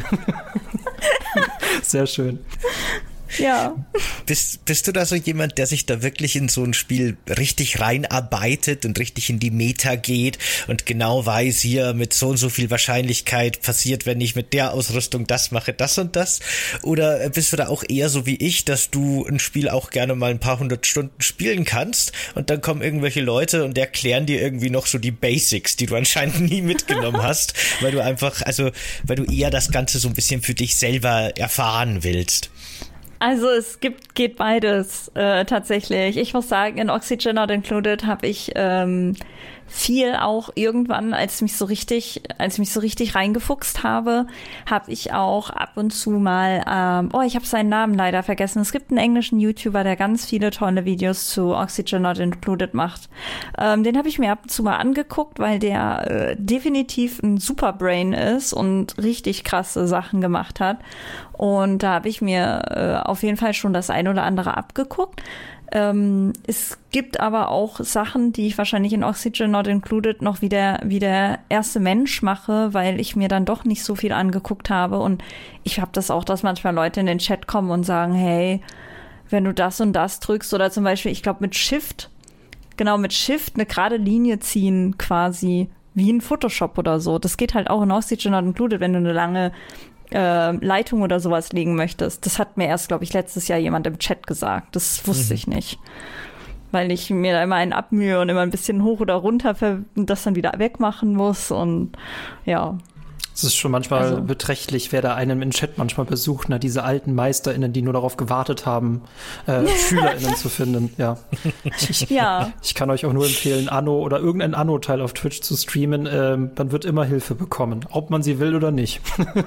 Sehr schön. Ja. Bist du da so jemand, der sich da wirklich in so ein Spiel richtig reinarbeitet und richtig in die Meta geht und genau weiß, hier mit so und so viel Wahrscheinlichkeit passiert, wenn ich mit der Ausrüstung das mache, das und das? Oder bist du da auch eher so wie ich, dass du ein Spiel auch gerne mal ein paar 100 Stunden spielen kannst und dann kommen irgendwelche Leute und erklären dir irgendwie noch so die Basics, die du anscheinend nie mitgenommen hast, weil du eher das Ganze so ein bisschen für dich selber erfahren willst? Also geht beides tatsächlich. Ich muss sagen, in Oxygen Not Included habe ich viel auch irgendwann, als ich mich so richtig reingefuchst habe ich auch ab und zu mal, ich habe seinen Namen leider vergessen. Es gibt einen englischen YouTuber, der ganz viele tolle Videos zu Oxygen Not Included macht. Den habe ich mir ab und zu mal angeguckt, weil der definitiv ein Superbrain ist und richtig krasse Sachen gemacht hat. Und da habe ich mir auf jeden Fall schon das ein oder andere abgeguckt. Es gibt aber auch Sachen, die ich wahrscheinlich in Oxygen Not Included noch wie der erste Mensch mache, weil ich mir dann doch nicht so viel angeguckt habe. Und ich habe das auch, dass manchmal Leute in den Chat kommen und sagen, hey, wenn du das und das drückst oder zum Beispiel, ich glaube mit Shift eine gerade Linie ziehen quasi, wie in Photoshop oder so. Das geht halt auch in Oxygen Not Included, wenn du eine lange Leitung oder sowas legen möchtest. Das hat mir erst, glaube ich, letztes Jahr jemand im Chat gesagt. Das wusste ich nicht. Weil ich mir da immer einen abmühe und immer ein bisschen hoch oder runter das dann wieder wegmachen muss und ja. Es ist schon manchmal beträchtlich, wer da einen im Chat manchmal besucht, diese alten MeisterInnen, die nur darauf gewartet haben, SchülerInnen zu finden. Ja. Ich kann euch auch nur empfehlen, Anno oder irgendein Anno-Teil auf Twitch zu streamen. Man wird immer Hilfe bekommen, ob man sie will oder nicht.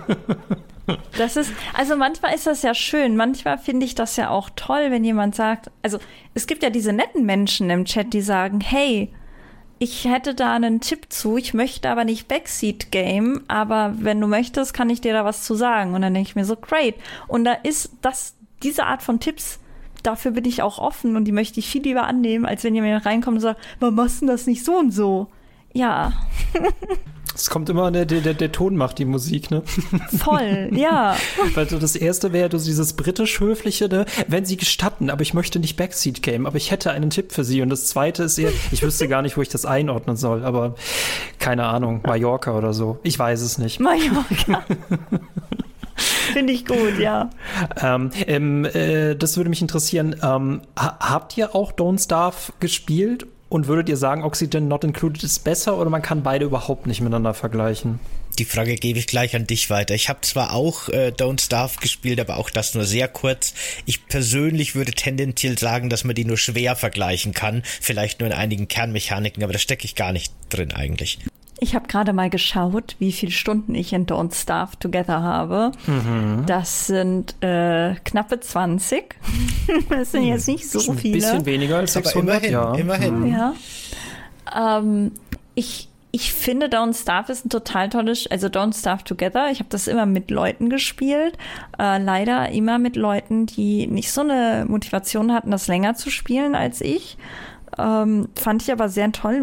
Also manchmal ist das ja schön, manchmal finde ich das ja auch toll, wenn jemand sagt, also es gibt ja diese netten Menschen im Chat, die sagen, hey, ich hätte da einen Tipp zu, ich möchte aber nicht Backseat Game, aber wenn du möchtest, kann ich dir da was zu sagen. Und dann denke ich mir so, great. Und da ist diese Art von Tipps, dafür bin ich auch offen und die möchte ich viel lieber annehmen, als wenn jemand reinkommt und sagt, warum machst du das nicht so und so? Ja. Es kommt immer, der Ton macht die Musik, ne? Voll, ja. Weil das erste wäre dieses britisch-höfliche, ne? Wenn Sie gestatten, aber ich möchte nicht Backseat Game, aber ich hätte einen Tipp für Sie. Und das zweite ist eher, ich wüsste gar nicht, wo ich das einordnen soll, aber keine Ahnung, Mallorca oder so. Ich weiß es nicht. Mallorca. Finde ich gut, ja. Das würde mich interessieren. Habt ihr auch Don't Starve gespielt? Und würdet ihr sagen, Oxygen Not Included ist besser oder man kann beide überhaupt nicht miteinander vergleichen? Die Frage gebe ich gleich an dich weiter. Ich habe zwar auch Don't Starve gespielt, aber auch das nur sehr kurz. Ich persönlich würde tendenziell sagen, dass man die nur schwer vergleichen kann. Vielleicht nur in einigen Kernmechaniken, aber da stecke ich gar nicht drin eigentlich. Ich habe gerade mal geschaut, wie viele Stunden ich in Don't Starve Together habe. Mhm. Das sind knappe 20. Das sind jetzt nicht so viele. Ein bisschen weniger als 600, aber immerhin. Ja. Ich finde, Don't Starve ist ein total tolles, also Don't Starve Together. Ich habe das immer mit Leuten gespielt. Leider immer mit Leuten, die nicht so eine Motivation hatten, das länger zu spielen als ich. Fand ich aber sehr toll.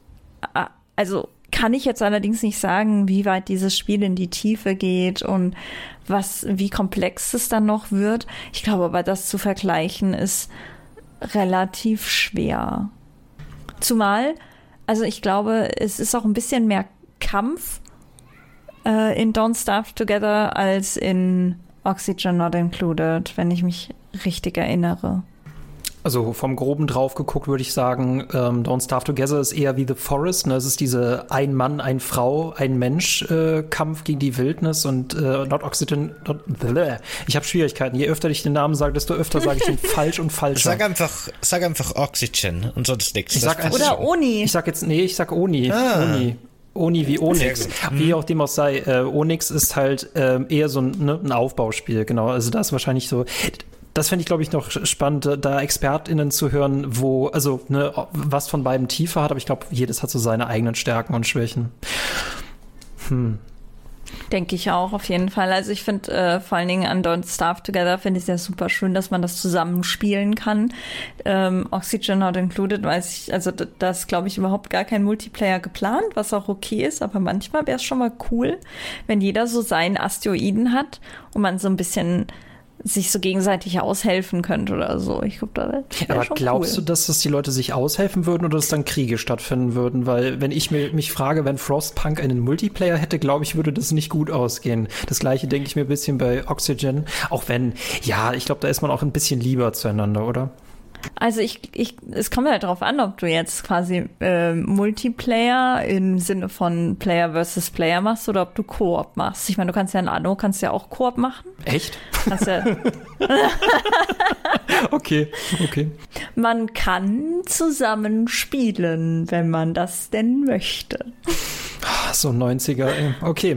Kann ich jetzt allerdings nicht sagen, wie weit dieses Spiel in die Tiefe geht und wie komplex es dann noch wird. Ich glaube aber, das zu vergleichen ist relativ schwer. Zumal, also ich glaube, es ist auch ein bisschen mehr Kampf in Don't Starve Together als in Oxygen Not Included, wenn ich mich richtig erinnere. Also vom Groben drauf geguckt würde ich sagen, Don't Starve Together ist eher wie The Forest. Ne? Es ist diese ein Mann, ein Frau, ein Mensch Kampf gegen die Wildnis und Not Oxygen. Ich habe Schwierigkeiten. Je öfter ich den Namen sage, desto öfter sage ich ihn falsch und falsch. Sag einfach Oxygen und sonst nichts. Oder Oni. Ich sag Oni. Oni wie Onyx. Wie auch dem auch sei. Onyx ist halt eher so ein Aufbauspiel, genau. Also das ist wahrscheinlich so. Das fände ich, glaube ich, noch spannend, da ExpertInnen zu hören, was von beiden Tiefe hat, aber ich glaube, jedes hat so seine eigenen Stärken und Schwächen. Denke ich auch, auf jeden Fall. Also ich finde vor allen Dingen an Don't Starve Together finde ich es ja super schön, dass man das zusammenspielen kann. Oxygen Not Included, weiß ich, also das glaube ich überhaupt gar kein Multiplayer geplant, was auch okay ist, aber manchmal wäre es schon mal cool, wenn jeder so seinen Asteroiden hat und man so ein bisschen sich so gegenseitig aushelfen könnte oder so. Ich glaube, da wäre aber schon glaubst cool. du, dass das die Leute sich aushelfen würden oder dass dann Kriege stattfinden würden? Weil wenn ich mich frage, wenn Frostpunk einen Multiplayer hätte, glaube ich, würde das nicht gut ausgehen. Das Gleiche denke ich mir ein bisschen bei Oxygen. Auch wenn, ja, ich glaube, da ist man auch ein bisschen lieber zueinander, oder? Also es kommt halt drauf an, ob du jetzt quasi Multiplayer im Sinne von Player versus Player machst oder ob du Koop machst. Ich meine, du kannst ja in Anno auch Koop machen. Echt? Ja Okay. Man kann zusammen spielen, wenn man das denn möchte. So 90er, ey. Okay.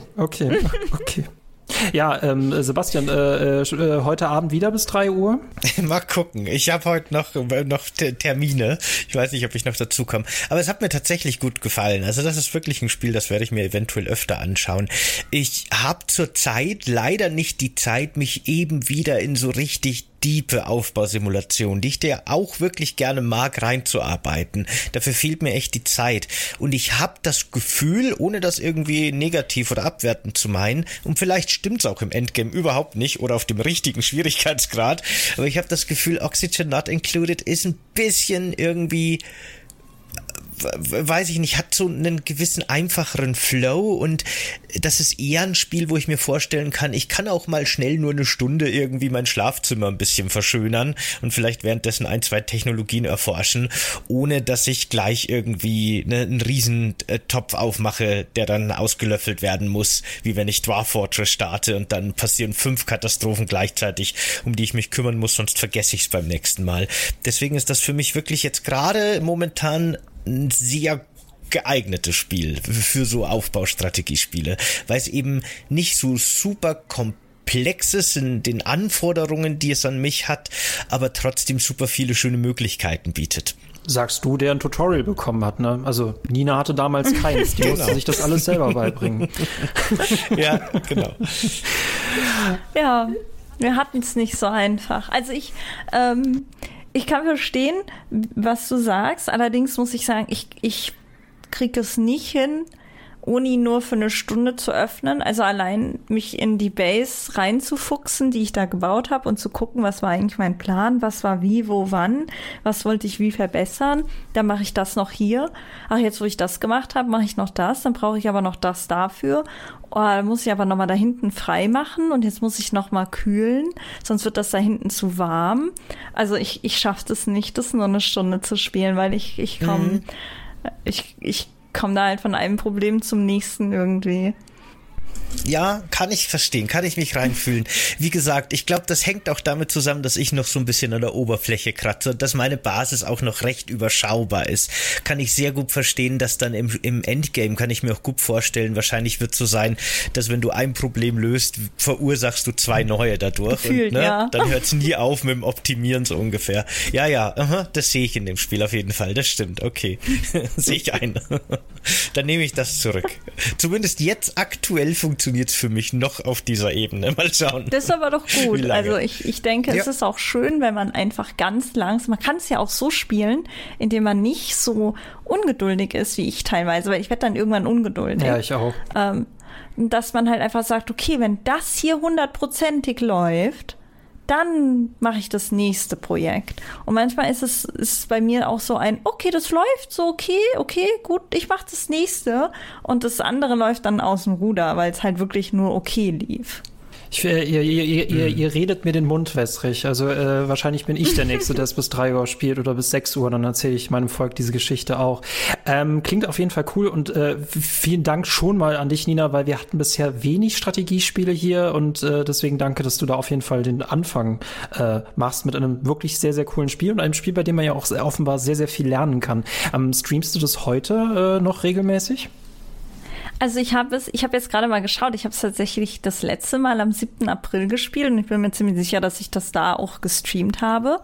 Ja, Sebastian, heute Abend wieder bis 3 Uhr? Mal gucken. Ich habe heute noch Termine. Ich weiß nicht, ob ich noch dazu komme. Aber es hat mir tatsächlich gut gefallen. Also das ist wirklich ein Spiel, das werde ich mir eventuell öfter anschauen. Ich habe zurzeit leider nicht die Zeit, mich eben wieder in so richtig diepe Aufbausimulation, die ich dir auch wirklich gerne mag, reinzuarbeiten. Dafür fehlt mir echt die Zeit. Und ich habe das Gefühl, ohne das irgendwie negativ oder abwertend zu meinen, und vielleicht stimmt's auch im Endgame überhaupt nicht oder auf dem richtigen Schwierigkeitsgrad, aber ich habe das Gefühl, Oxygen Not Included ist ein bisschen irgendwie, weiß ich nicht, hat so einen gewissen einfacheren Flow und das ist eher ein Spiel, wo ich mir vorstellen kann, ich kann auch mal schnell nur eine Stunde irgendwie mein Schlafzimmer ein bisschen verschönern und vielleicht währenddessen 1, 2 Technologien erforschen, ohne dass ich gleich irgendwie einen riesen Topf aufmache, der dann ausgelöffelt werden muss, wie wenn ich Dwarf Fortress starte und dann passieren 5 Katastrophen gleichzeitig, um die ich mich kümmern muss, sonst vergesse ich es beim nächsten Mal. Deswegen ist das für mich wirklich jetzt gerade momentan ein sehr geeignetes Spiel für so Aufbaustrategiespiele, weil es eben nicht so super komplex ist in den Anforderungen, die es an mich hat, aber trotzdem super viele schöne Möglichkeiten bietet. Sagst du, der ein Tutorial bekommen hat, ne? Also Nina hatte damals keins, die musste sich das alles selber beibringen. Ja, genau. Ja, wir hatten es nicht so einfach. Also ich kann verstehen, was du sagst. Allerdings muss ich sagen, ich kriege es nicht hin, Uni nur für eine Stunde zu öffnen. Also allein mich in die Base reinzufuchsen, die ich da gebaut habe und zu gucken, was war eigentlich mein Plan, was war wie, wo, wann, was wollte ich wie verbessern. Dann mache ich das noch hier. Ach, jetzt wo ich das gemacht habe, mache ich noch das. Dann brauche ich aber noch das dafür. Oh, dann muss ich aber nochmal da hinten frei machen und jetzt muss ich nochmal kühlen, sonst wird das da hinten zu warm. Also ich schaffe das nicht, das nur eine Stunde zu spielen, weil ich komme da halt von einem Problem zum nächsten irgendwie. Ja, kann ich verstehen, kann ich mich reinfühlen. Wie gesagt, ich glaube, das hängt auch damit zusammen, dass ich noch so ein bisschen an der Oberfläche kratze und dass meine Basis auch noch recht überschaubar ist. Kann ich sehr gut verstehen, dass dann im Endgame, kann ich mir auch gut vorstellen, wahrscheinlich wird es so sein, dass wenn du ein Problem löst, verursachst du 2 neue dadurch. Gefühlt, und, ja. Dann hört es nie auf mit dem Optimieren so ungefähr. Ja, das sehe ich in dem Spiel auf jeden Fall, das stimmt, okay. Sehe ich ein. Dann nehme ich das zurück. Zumindest jetzt aktuell funktioniert es für mich noch auf dieser Ebene. Mal schauen. Das ist aber doch gut. Also ich denke, es ist auch schön, wenn man einfach ganz langsam, man kann es ja auch so spielen, indem man nicht so ungeduldig ist, wie ich teilweise, weil ich werde dann irgendwann ungeduldig. Ja, ich auch. Dass man halt einfach sagt, okay, wenn das hier 100%ig läuft, dann mache ich das nächste Projekt. Und manchmal ist bei mir auch so okay, das läuft so, okay, gut, ich mache das nächste. Und das andere läuft dann aus dem Ruder, weil es halt wirklich nur okay lief. Ihr redet mir den Mund wässrig. Also wahrscheinlich bin ich der Nächste, der es bis 3 Uhr spielt oder bis 6 Uhr. Dann erzähle ich meinem Volk diese Geschichte auch. Klingt auf jeden Fall cool und vielen Dank schon mal an dich, Nina, weil wir hatten bisher wenig Strategiespiele hier und deswegen danke, dass du da auf jeden Fall den Anfang machst mit einem wirklich sehr, sehr coolen Spiel und einem Spiel, bei dem man ja auch offenbar sehr, sehr viel lernen kann. Streamst du das heute noch regelmäßig? Also ich habe jetzt gerade mal geschaut, ich habe es tatsächlich das letzte Mal am 7. April gespielt und ich bin mir ziemlich sicher, dass ich das da auch gestreamt habe.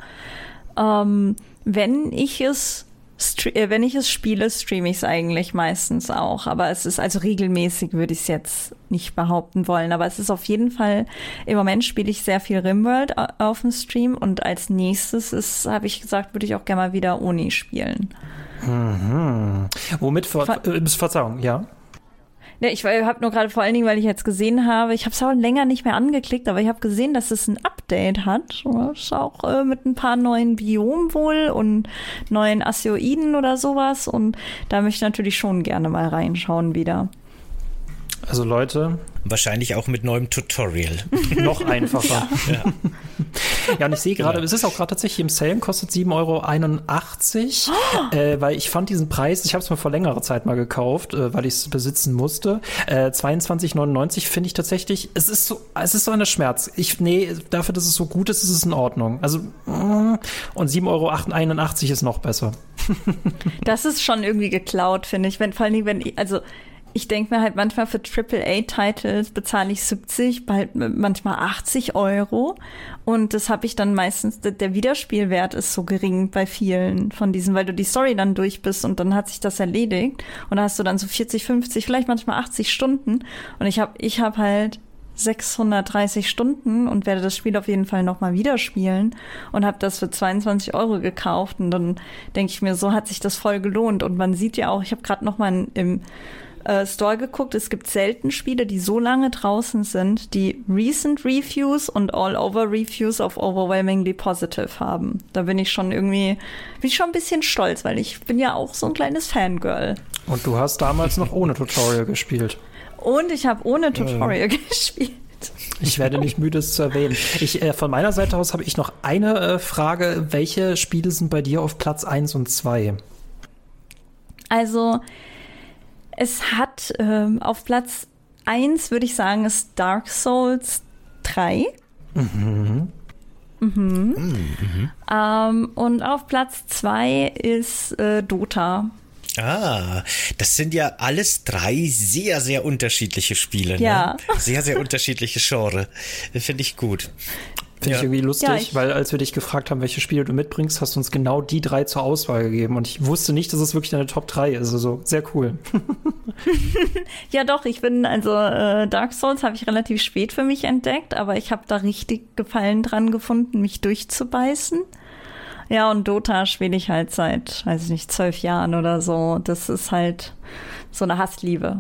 Wenn ich es spiele, streame ich es eigentlich meistens auch. Aber es ist also regelmäßig, würde ich es jetzt nicht behaupten wollen. Aber es ist auf jeden Fall, im Moment spiele ich sehr viel Rimworld auf dem Stream und als nächstes habe ich gesagt, würde ich auch gerne mal wieder Oni spielen. Mhm. Womit, Verzeihung, ja? Ja, ich habe nur gerade vor allen Dingen, weil ich jetzt gesehen habe, ich habe es auch länger nicht mehr angeklickt, aber ich habe gesehen, dass es ein Update hat. Das ist auch mit ein paar neuen Biomen wohl und neuen Asteroiden oder sowas. Und da möchte ich natürlich schon gerne mal reinschauen wieder. Also Leute. Wahrscheinlich auch mit neuem Tutorial. Noch einfacher. Ja, und ich sehe gerade, es ist auch gerade tatsächlich im Sale, kostet 7,81 €, weil ich fand diesen Preis, ich habe es mir vor längerer Zeit mal gekauft, weil ich es besitzen musste. 22,99 finde ich tatsächlich, es ist so eine Schmerz. Dafür, dass es so gut ist, ist es in Ordnung. Also, und 7,81 € ist noch besser. Das ist schon irgendwie geklaut, finde ich. Vor allen Dingen, ich denke mir halt manchmal für AAA-Titles bezahle ich 70, bald manchmal 80 €. Und das habe ich dann meistens, der Wiederspielwert ist so gering bei vielen von diesen, weil du die Story dann durch bist und dann hat sich das erledigt. Und da hast du dann so 40, 50, vielleicht manchmal 80 Stunden. Und ich hab halt 630 Stunden und werde das Spiel auf jeden Fall nochmal wieder spielen und habe das für 22 € gekauft. Und dann denke ich mir, so hat sich das voll gelohnt. Und man sieht ja auch, ich habe gerade nochmal im Store geguckt, es gibt selten Spiele, die so lange draußen sind, die Recent Reviews und All-Over Reviews of Overwhelmingly Positive haben. Da bin ich schon ein bisschen stolz, weil ich bin ja auch so ein kleines Fangirl. Und du hast damals noch ohne Tutorial gespielt. Und ich habe ohne Tutorial gespielt. Ich werde nicht müde, es zu erwähnen. Von meiner Seite aus habe ich noch eine Frage. Welche Spiele sind bei dir auf Platz 1 und 2? Also es hat auf Platz 1, würde ich sagen, ist Dark Souls 3. Und auf Platz 2 ist Dota. Das sind ja alles 3 sehr, sehr unterschiedliche Spiele. Ja. Ne? Sehr, sehr unterschiedliche Genre. Das finde ich gut. Finde ich irgendwie lustig, weil als wir dich gefragt haben, welche Spiele du mitbringst, hast du uns genau die 3 zur Auswahl gegeben. Und ich wusste nicht, dass es wirklich deine Top 3 ist. Also sehr cool. Ja doch, Dark Souls habe ich relativ spät für mich entdeckt, aber ich habe da richtig Gefallen dran gefunden, mich durchzubeißen. Ja, und Dota spiele ich halt seit, 12 Jahren oder so. Das ist halt so eine Hassliebe.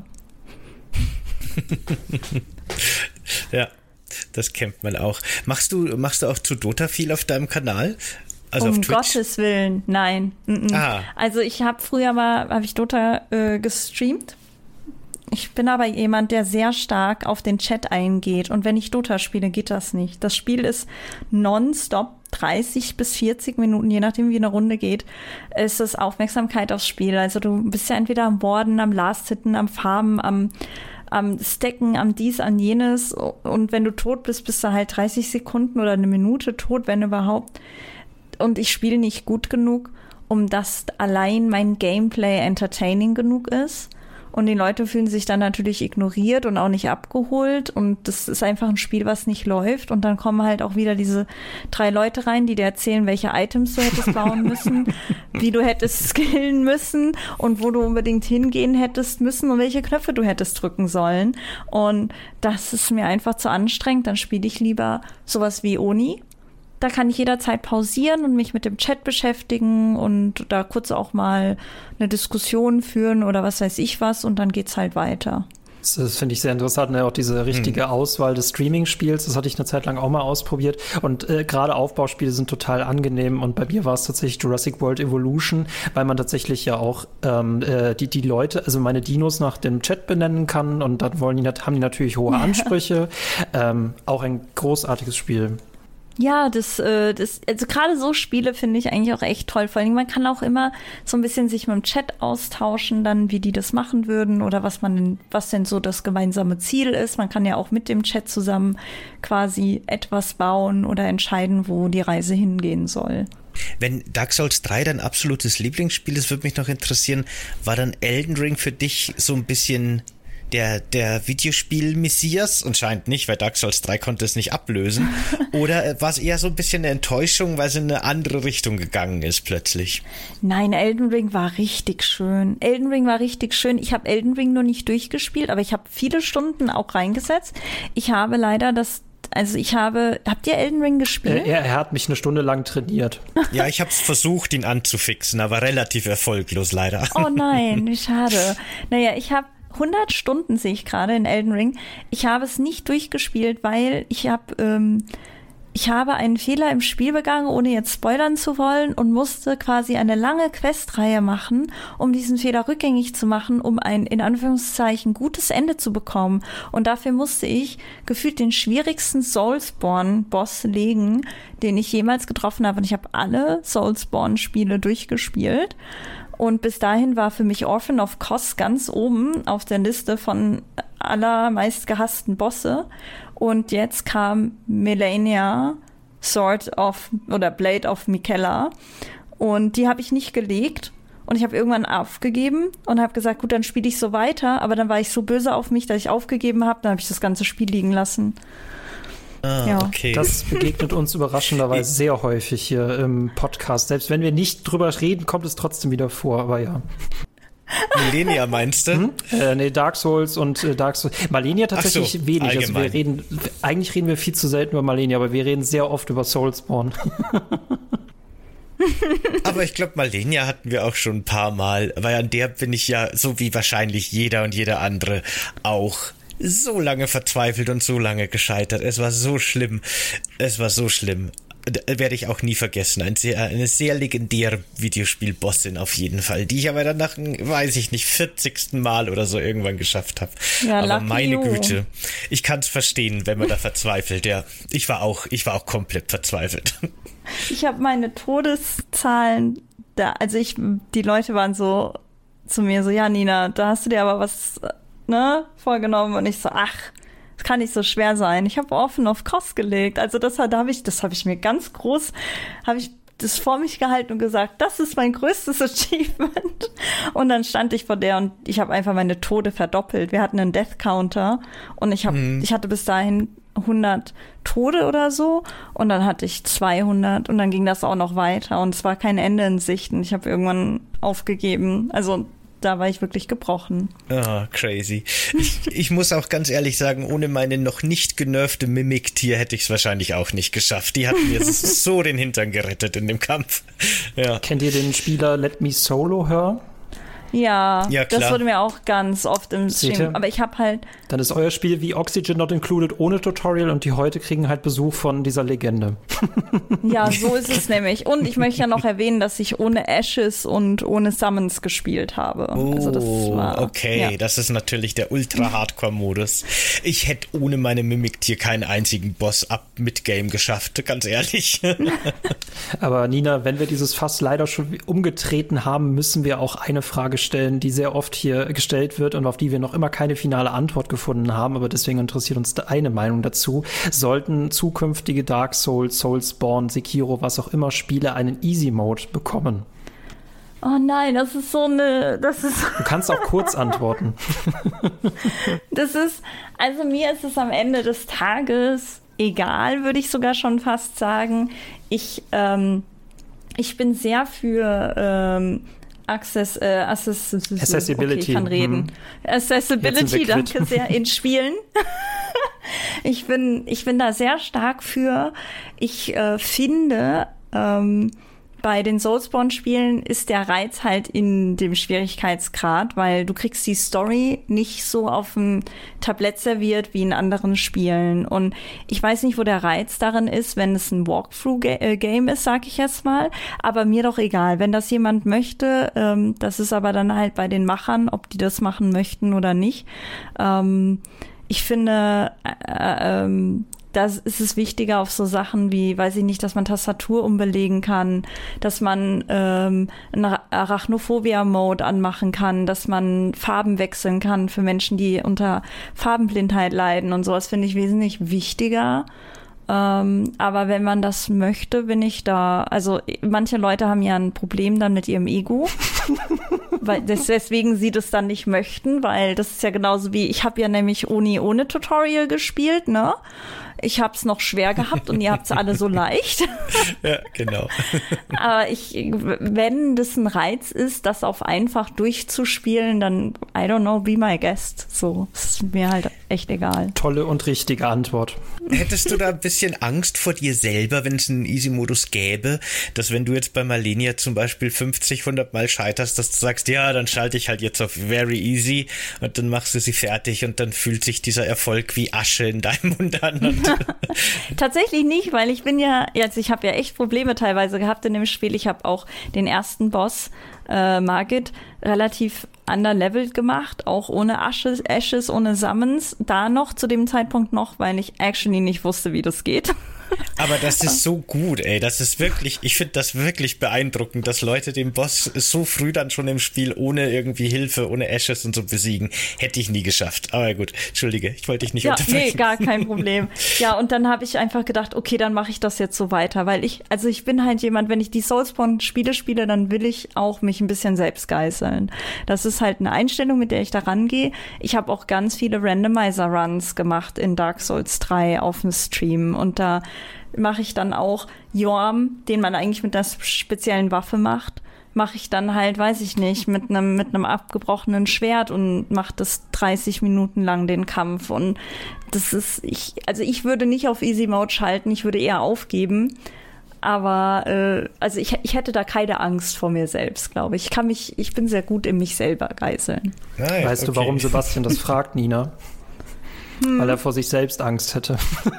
Ja. Das kennt man auch. Machst du auch zu Dota viel auf deinem Kanal? Also auf Twitch? Um Gottes Willen, nein. Also ich habe früher habe ich Dota gestreamt. Ich bin aber jemand, der sehr stark auf den Chat eingeht. Und wenn ich Dota spiele, geht das nicht. Das Spiel ist nonstop 30 bis 40 Minuten, je nachdem wie eine Runde geht, ist es Aufmerksamkeit aufs Spiel. Also du bist ja entweder am Borden, am Last-Hitten, am Farmen, am am Stacken, am dies, an jenes. Und wenn du tot bist, bist du halt 30 Sekunden oder eine Minute tot, wenn überhaupt. Und ich spiele nicht gut genug, um dass allein mein Gameplay entertaining genug ist. Und die Leute fühlen sich dann natürlich ignoriert und auch nicht abgeholt. Und das ist einfach ein Spiel, was nicht läuft. Und dann kommen halt auch wieder diese 3 Leute rein, die dir erzählen, welche Items du hättest bauen müssen, wie du hättest skillen müssen und wo du unbedingt hingehen hättest müssen und welche Knöpfe du hättest drücken sollen. Und das ist mir einfach zu anstrengend. Dann spiele ich lieber sowas wie Oni. Da kann ich jederzeit pausieren und mich mit dem Chat beschäftigen und da kurz auch mal eine Diskussion führen oder was weiß ich was und dann geht's halt weiter. Das finde ich sehr interessant, ne? Auch diese richtige Auswahl des Streaming-Spiels, das hatte ich eine Zeit lang auch mal ausprobiert und gerade Aufbauspiele sind total angenehm und bei mir war es tatsächlich Jurassic World Evolution, weil man tatsächlich ja auch die Leute, also meine Dinos nach dem Chat benennen kann und dann haben die natürlich hohe Ansprüche. Auch ein großartiges Spiel. Ja, also gerade so Spiele finde ich eigentlich auch echt toll. Vor allem, man kann auch immer so ein bisschen sich mit dem Chat austauschen, dann wie die das machen würden oder was denn so das gemeinsame Ziel ist. Man kann ja auch mit dem Chat zusammen quasi etwas bauen oder entscheiden, wo die Reise hingehen soll. Wenn Dark Souls 3 dein absolutes Lieblingsspiel ist, würde mich noch interessieren, war dann Elden Ring für dich so ein bisschen der Videospiel-Messias und scheint nicht, weil Dark Souls 3 konnte es nicht ablösen. Oder war es eher so ein bisschen eine Enttäuschung, weil es in eine andere Richtung gegangen ist plötzlich? Nein, Elden Ring war richtig schön. Ich habe Elden Ring nur nicht durchgespielt, aber ich habe viele Stunden auch reingesetzt. Ich habe leider habt ihr Elden Ring gespielt? Er hat mich eine Stunde lang trainiert. Ja, ich habe versucht, ihn anzufixen, aber relativ erfolglos leider. Oh nein, wie schade. Naja, ich habe 100 Stunden sehe ich gerade in Elden Ring. Ich habe es nicht durchgespielt, weil ich habe einen Fehler im Spiel begangen, ohne jetzt spoilern zu wollen und musste quasi eine lange Questreihe machen, um diesen Fehler rückgängig zu machen, um ein, in Anführungszeichen, gutes Ende zu bekommen. Und dafür musste ich gefühlt den schwierigsten Soulsborne-Boss legen, den ich jemals getroffen habe. Und ich habe alle Soulsborne-Spiele durchgespielt. Und bis dahin war für mich Orphan of Kos ganz oben auf der Liste von aller meistgehassten Bosse. Und jetzt kam Melania, Blade of Miquella. Und die habe ich nicht gelegt. Und ich habe irgendwann aufgegeben und habe gesagt, gut, dann spiele ich so weiter. Aber dann war ich so böse auf mich, dass ich aufgegeben habe. Dann habe ich das ganze Spiel liegen lassen. Ja. Okay. Das begegnet uns überraschenderweise sehr häufig hier im Podcast. Selbst wenn wir nicht drüber reden, kommt es trotzdem wieder vor, aber ja. Malenia meinst du? Nee, Dark Souls und Dark Souls. Malenia tatsächlich wenig. Also eigentlich reden wir viel zu selten über Malenia, aber wir reden sehr oft über Soulsborne. Aber ich glaube, Malenia hatten wir auch schon ein paar Mal, weil an der bin ich ja, so wie wahrscheinlich jeder und jeder andere, auch so lange verzweifelt und so lange gescheitert. Es war so schlimm. Werde ich auch nie vergessen. Eine sehr legendäre Videospiel-Bossin auf jeden Fall, die ich aber dann nach, weiß ich nicht, 40. Mal oder so irgendwann geschafft habe. Ja, aber meine Güte, ich kann es verstehen, wenn man da verzweifelt. Ja, ich war auch komplett verzweifelt. Ich habe meine Todeszahlen die Leute waren so zu mir so, ja Nina, da hast du dir aber was vorgenommen und ich so, ach, das kann nicht so schwer sein. Ich habe Orphan of Kos gelegt. Also das habe ich mir ganz groß, habe ich das vor mich gehalten und gesagt, das ist mein größtes Achievement. Und dann stand ich vor der und ich habe einfach meine Tode verdoppelt. Wir hatten einen Death Counter und ich hatte bis dahin 100 Tode oder so und dann hatte ich 200 und dann ging das auch noch weiter und es war kein Ende in Sicht und ich habe irgendwann aufgegeben. Also da war ich wirklich gebrochen. Ah, crazy. Ich muss auch ganz ehrlich sagen, ohne meine noch nicht genervte Mimiktier hätte ich es wahrscheinlich auch nicht geschafft. Die hatten mir so den Hintern gerettet in dem Kampf. Ja. Kennt ihr den Spieler Let Me Solo Her? Ja, klar. Das wurde mir auch ganz oft im Stream. Aber ich habe halt... Dann ist euer Spiel wie Oxygen Not Included ohne Tutorial und die heute kriegen halt Besuch von dieser Legende. Ja, so ist es nämlich. Und ich möchte ja noch erwähnen, dass ich ohne Ashes und ohne Summons gespielt habe. Also das war, okay. Ja. Das ist natürlich der Ultra-Hardcore-Modus. Ich hätte ohne meine Mimiktier keinen einzigen Boss ab mit Game geschafft, ganz ehrlich. Aber Nina, wenn wir dieses Fass leider schon umgetreten haben, müssen wir auch eine Frage stellen, die sehr oft hier gestellt wird und auf die wir noch immer keine finale Antwort gefunden haben, aber deswegen interessiert uns eine Meinung dazu. Sollten zukünftige Dark Souls, Soulsborne, Sekiro, was auch immer Spiele einen Easy Mode bekommen? Oh nein, das ist. Du kannst auch kurz antworten. Also mir ist es am Ende des Tages egal, würde ich sogar schon fast sagen. Ich bin sehr für Accessibility. Okay, ich kann reden. Accessibility, danke sehr, in Spielen. Ich bin da sehr stark für. Ich finde, bei den Soulsborne-Spielen ist der Reiz halt in dem Schwierigkeitsgrad, weil du kriegst die Story nicht so auf dem Tablett serviert wie in anderen Spielen. Und ich weiß nicht, wo der Reiz darin ist, wenn es ein Walkthrough-Game ist, sag ich jetzt mal. Aber mir doch egal. Wenn das jemand möchte, das ist aber dann halt bei den Machern, ob die das machen möchten oder nicht. Ich finde, das ist es wichtiger auf so Sachen wie, weiß ich nicht, dass man Tastatur umbelegen kann, dass man einen Arachnophobia-Mode anmachen kann, dass man Farben wechseln kann für Menschen, die unter Farbenblindheit leiden und sowas finde ich wesentlich wichtiger. Aber wenn man das möchte, bin ich da. Also manche Leute haben ja ein Problem dann mit ihrem Ego, weil deswegen sie das dann nicht möchten, weil das ist ja genauso wie, ich habe ja nämlich ohne Tutorial gespielt, ne? Ich hab's noch schwer gehabt und ihr habt's alle so leicht. Ja, genau. Aber wenn das ein Reiz ist, das auf einfach durchzuspielen, dann, I don't know, be my guest. So, ist mir halt echt egal. Tolle und richtige Antwort. Hättest du da ein bisschen Angst vor dir selber, wenn es einen Easy-Modus gäbe, dass wenn du jetzt bei Malenia zum Beispiel 100 Mal scheiterst, dass du sagst, ja, dann schalte ich halt jetzt auf Very Easy und dann machst du sie fertig und dann fühlt sich dieser Erfolg wie Asche in deinem Mund an. Tatsächlich nicht, weil ich habe ja echt Probleme teilweise gehabt in dem Spiel. Ich habe auch den ersten Boss, Margit, relativ underlevelt gemacht, auch ohne Ashes, ohne Summons. Da noch, zu dem Zeitpunkt noch, weil ich actually nicht wusste, wie das geht. Aber das ist so gut, ey. Das ist wirklich, ich finde das wirklich beeindruckend, dass Leute den Boss so früh dann schon im Spiel ohne irgendwie Hilfe, ohne Ashes und so besiegen. Hätte ich nie geschafft. Aber gut, entschuldige, ich wollte dich nicht unterbrechen. Nee, gar kein Problem. Ja, und dann habe ich einfach gedacht, okay, dann mache ich das jetzt so weiter, weil ich bin halt jemand, wenn ich die Soulsborne-Spiele spiele, dann will ich auch mich ein bisschen selbst geißeln. Das ist halt eine Einstellung, mit der ich da rangehe. Ich habe auch ganz viele Randomizer-Runs gemacht in Dark Souls 3 auf dem Stream und da mache ich dann auch Jorm, den man eigentlich mit einer speziellen Waffe mache ich dann halt, weiß ich nicht, mit einem abgebrochenen Schwert und mache das 30 Minuten lang den Kampf. Und das ist, ich würde nicht auf Easy Mode schalten, ich würde eher aufgeben. Aber ich hätte da keine Angst vor mir selbst, glaube ich. Ich bin sehr gut in mich selber geißeln. Weißt du, warum Sebastian das fragt, Nina? Weil er vor sich selbst Angst hätte.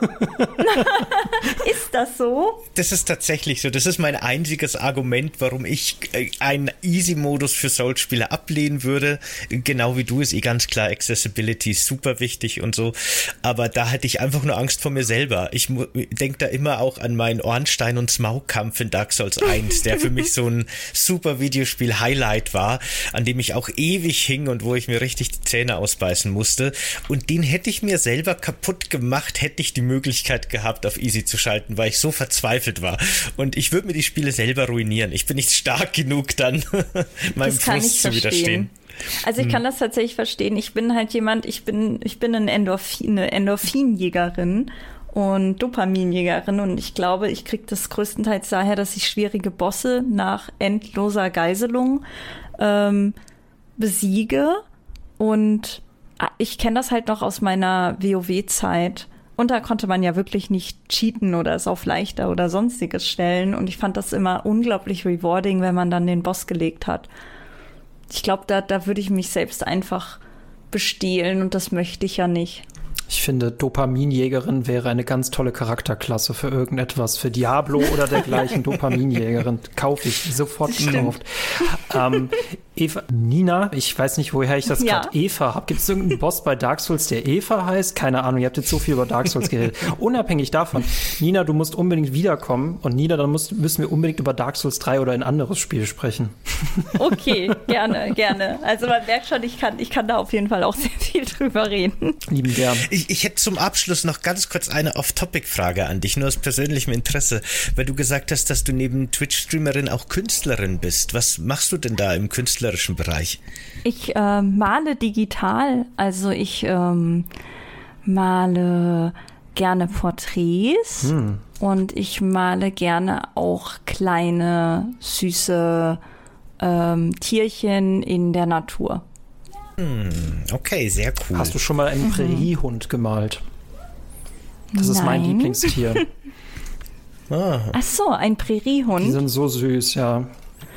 Ist das so? Das ist tatsächlich so. Das ist mein einziges Argument, warum ich einen Easy-Modus für Souls-Spiele ablehnen würde. Genau wie du ist ganz klar, Accessibility ist super wichtig und so. Aber da hätte ich einfach nur Angst vor mir selber. Ich denke da immer auch an meinen Ornstein- und Smaug-Kampf in Dark Souls 1, der für mich so ein super Videospiel-Highlight war, an dem ich auch ewig hing und wo ich mir richtig die Zähne ausbeißen musste. Und den hätte ich mir selber kaputt gemacht, hätte ich die Möglichkeit gehabt, auf Easy zu schalten, weil ich so verzweifelt war. Und ich würde mir die Spiele selber ruinieren. Ich bin nicht stark genug, dann meinem Frust zu widerstehen. Also ich kann das tatsächlich verstehen. Ich bin halt jemand, ich bin eine Endorphinjägerin und Dopaminjägerin und ich glaube, ich kriege das größtenteils daher, dass ich schwierige Bosse nach endloser Geiselung besiege und ich kenne das halt noch aus meiner WoW-Zeit. Und da konnte man ja wirklich nicht cheaten oder es auf leichter oder sonstiges stellen. Und ich fand das immer unglaublich rewarding, wenn man dann den Boss gelegt hat. Ich glaube, da würde ich mich selbst einfach bestehlen und das möchte ich ja nicht. Ich finde, Dopaminjägerin wäre eine ganz tolle Charakterklasse für irgendetwas, für Diablo oder dergleichen. Dopaminjägerin kaufe ich, sofort gekauft. Eva, Nina, ich weiß nicht, woher ich das gerade Eva habe. Gibt es irgendeinen Boss bei Dark Souls, der Eva heißt? Keine Ahnung, ihr habt jetzt so viel über Dark Souls geredet. Unabhängig davon, Nina, du musst unbedingt wiederkommen und Nina, dann müssen wir unbedingt über Dark Souls 3 oder ein anderes Spiel sprechen. Okay, gerne. Also man merkt schon, ich kann da auf jeden Fall auch sehr viel drüber reden. Lieben gern. Ich hätte zum Abschluss noch ganz kurz eine Off-Topic-Frage an dich, nur aus persönlichem Interesse, weil du gesagt hast, dass du neben Twitch-Streamerin auch Künstlerin bist. Was machst du denn da im künstlerischen Bereich? Ich male digital, also ich male gerne Porträts und ich male gerne auch kleine, süße Tierchen in der Natur. Okay, sehr cool. Hast du schon mal einen Präriehund gemalt? Das ist mein Lieblingstier. Ach so, ein Präriehund. Die sind so süß, ja.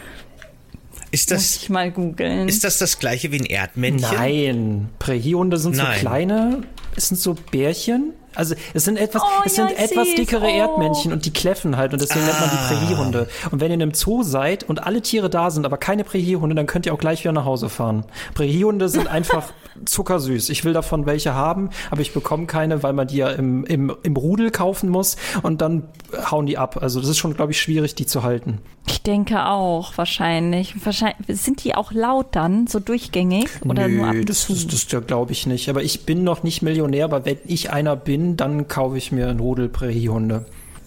Muss ich mal googeln. Ist das gleiche wie ein Erdmännchen? Nein, Präriehunde sind so kleine, es sind so Bärchen. Also es sind etwas dickere Erdmännchen und die kläffen halt und deswegen nennt man die Präriehunde. Und wenn ihr in einem Zoo seid und alle Tiere da sind, aber keine Präriehunde, dann könnt ihr auch gleich wieder nach Hause fahren. Präriehunde sind einfach zuckersüß. Ich will davon welche haben, aber ich bekomme keine, weil man die ja im Rudel kaufen muss und dann hauen die ab. Also das ist schon, glaube ich, schwierig, die zu halten. Ich denke auch, wahrscheinlich. Sind die auch laut dann, so durchgängig? Oder Nö, nur ab und das zu? glaube ich nicht. Aber ich bin noch nicht Millionär, aber wenn ich einer bin, dann kaufe ich mir einen Rudel Präriehunde.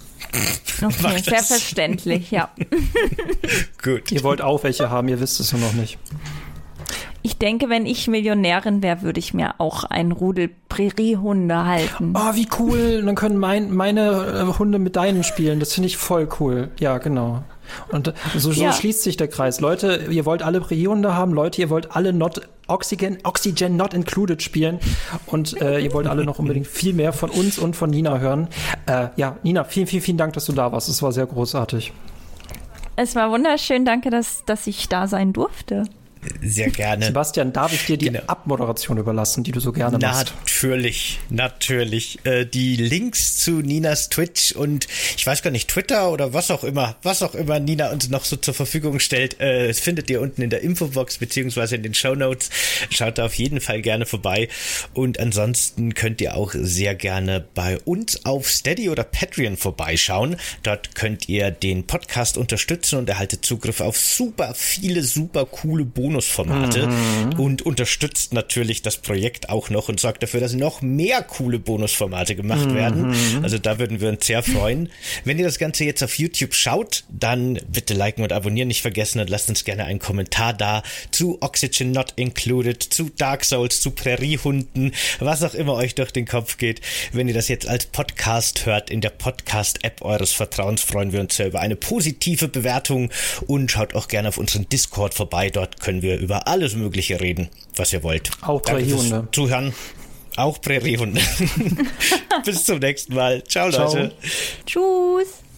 Okay, sehr verständlich, ja. Gut. Ihr wollt auch welche haben, ihr wisst es nur noch nicht. Ich denke, wenn ich Millionärin wäre, würde ich mir auch einen Rudel Präriehunde halten. Oh, wie cool. Und dann können meine Hunde mit deinen spielen. Das finde ich voll cool. Ja, genau. Und so schließt sich der Kreis. Leute, ihr wollt alle Präriehunde haben. Leute, ihr wollt alle Oxygen Not Included spielen. Und ihr wollt alle noch unbedingt viel mehr von uns und von Nina hören. Ja, Nina, vielen, vielen, vielen Dank, dass du da warst. Es war sehr großartig. Es war wunderschön. Danke, dass ich da sein durfte. Sehr gerne. Sebastian, darf ich dir die Abmoderation überlassen, die du so gerne machst? Natürlich. Die Links zu Ninas Twitch und ich weiß gar nicht, Twitter oder was auch immer Nina uns noch so zur Verfügung stellt, findet ihr unten in der Infobox beziehungsweise in den Shownotes. Schaut da auf jeden Fall gerne vorbei. Und ansonsten könnt ihr auch sehr gerne bei uns auf Steady oder Patreon vorbeischauen. Dort könnt ihr den Podcast unterstützen und erhaltet Zugriff auf super viele, super coole Bonusformate und unterstützt natürlich das Projekt auch noch und sorgt dafür, dass noch mehr coole Bonusformate gemacht werden. Also da würden wir uns sehr freuen. Wenn ihr das Ganze jetzt auf YouTube schaut, dann bitte liken und abonnieren nicht vergessen und lasst uns gerne einen Kommentar da zu Oxygen Not Included, zu Dark Souls, zu Präriehunden, was auch immer euch durch den Kopf geht. Wenn ihr das jetzt als Podcast hört, in der Podcast-App eures Vertrauens, freuen wir uns sehr über eine positive Bewertung und schaut auch gerne auf unseren Discord vorbei. Dort können wir über alles Mögliche reden, was ihr wollt. Auch Präriehunde. Zuhören. Auch Präriehunde. Bis zum nächsten Mal. Ciao, Leute. Tschüss.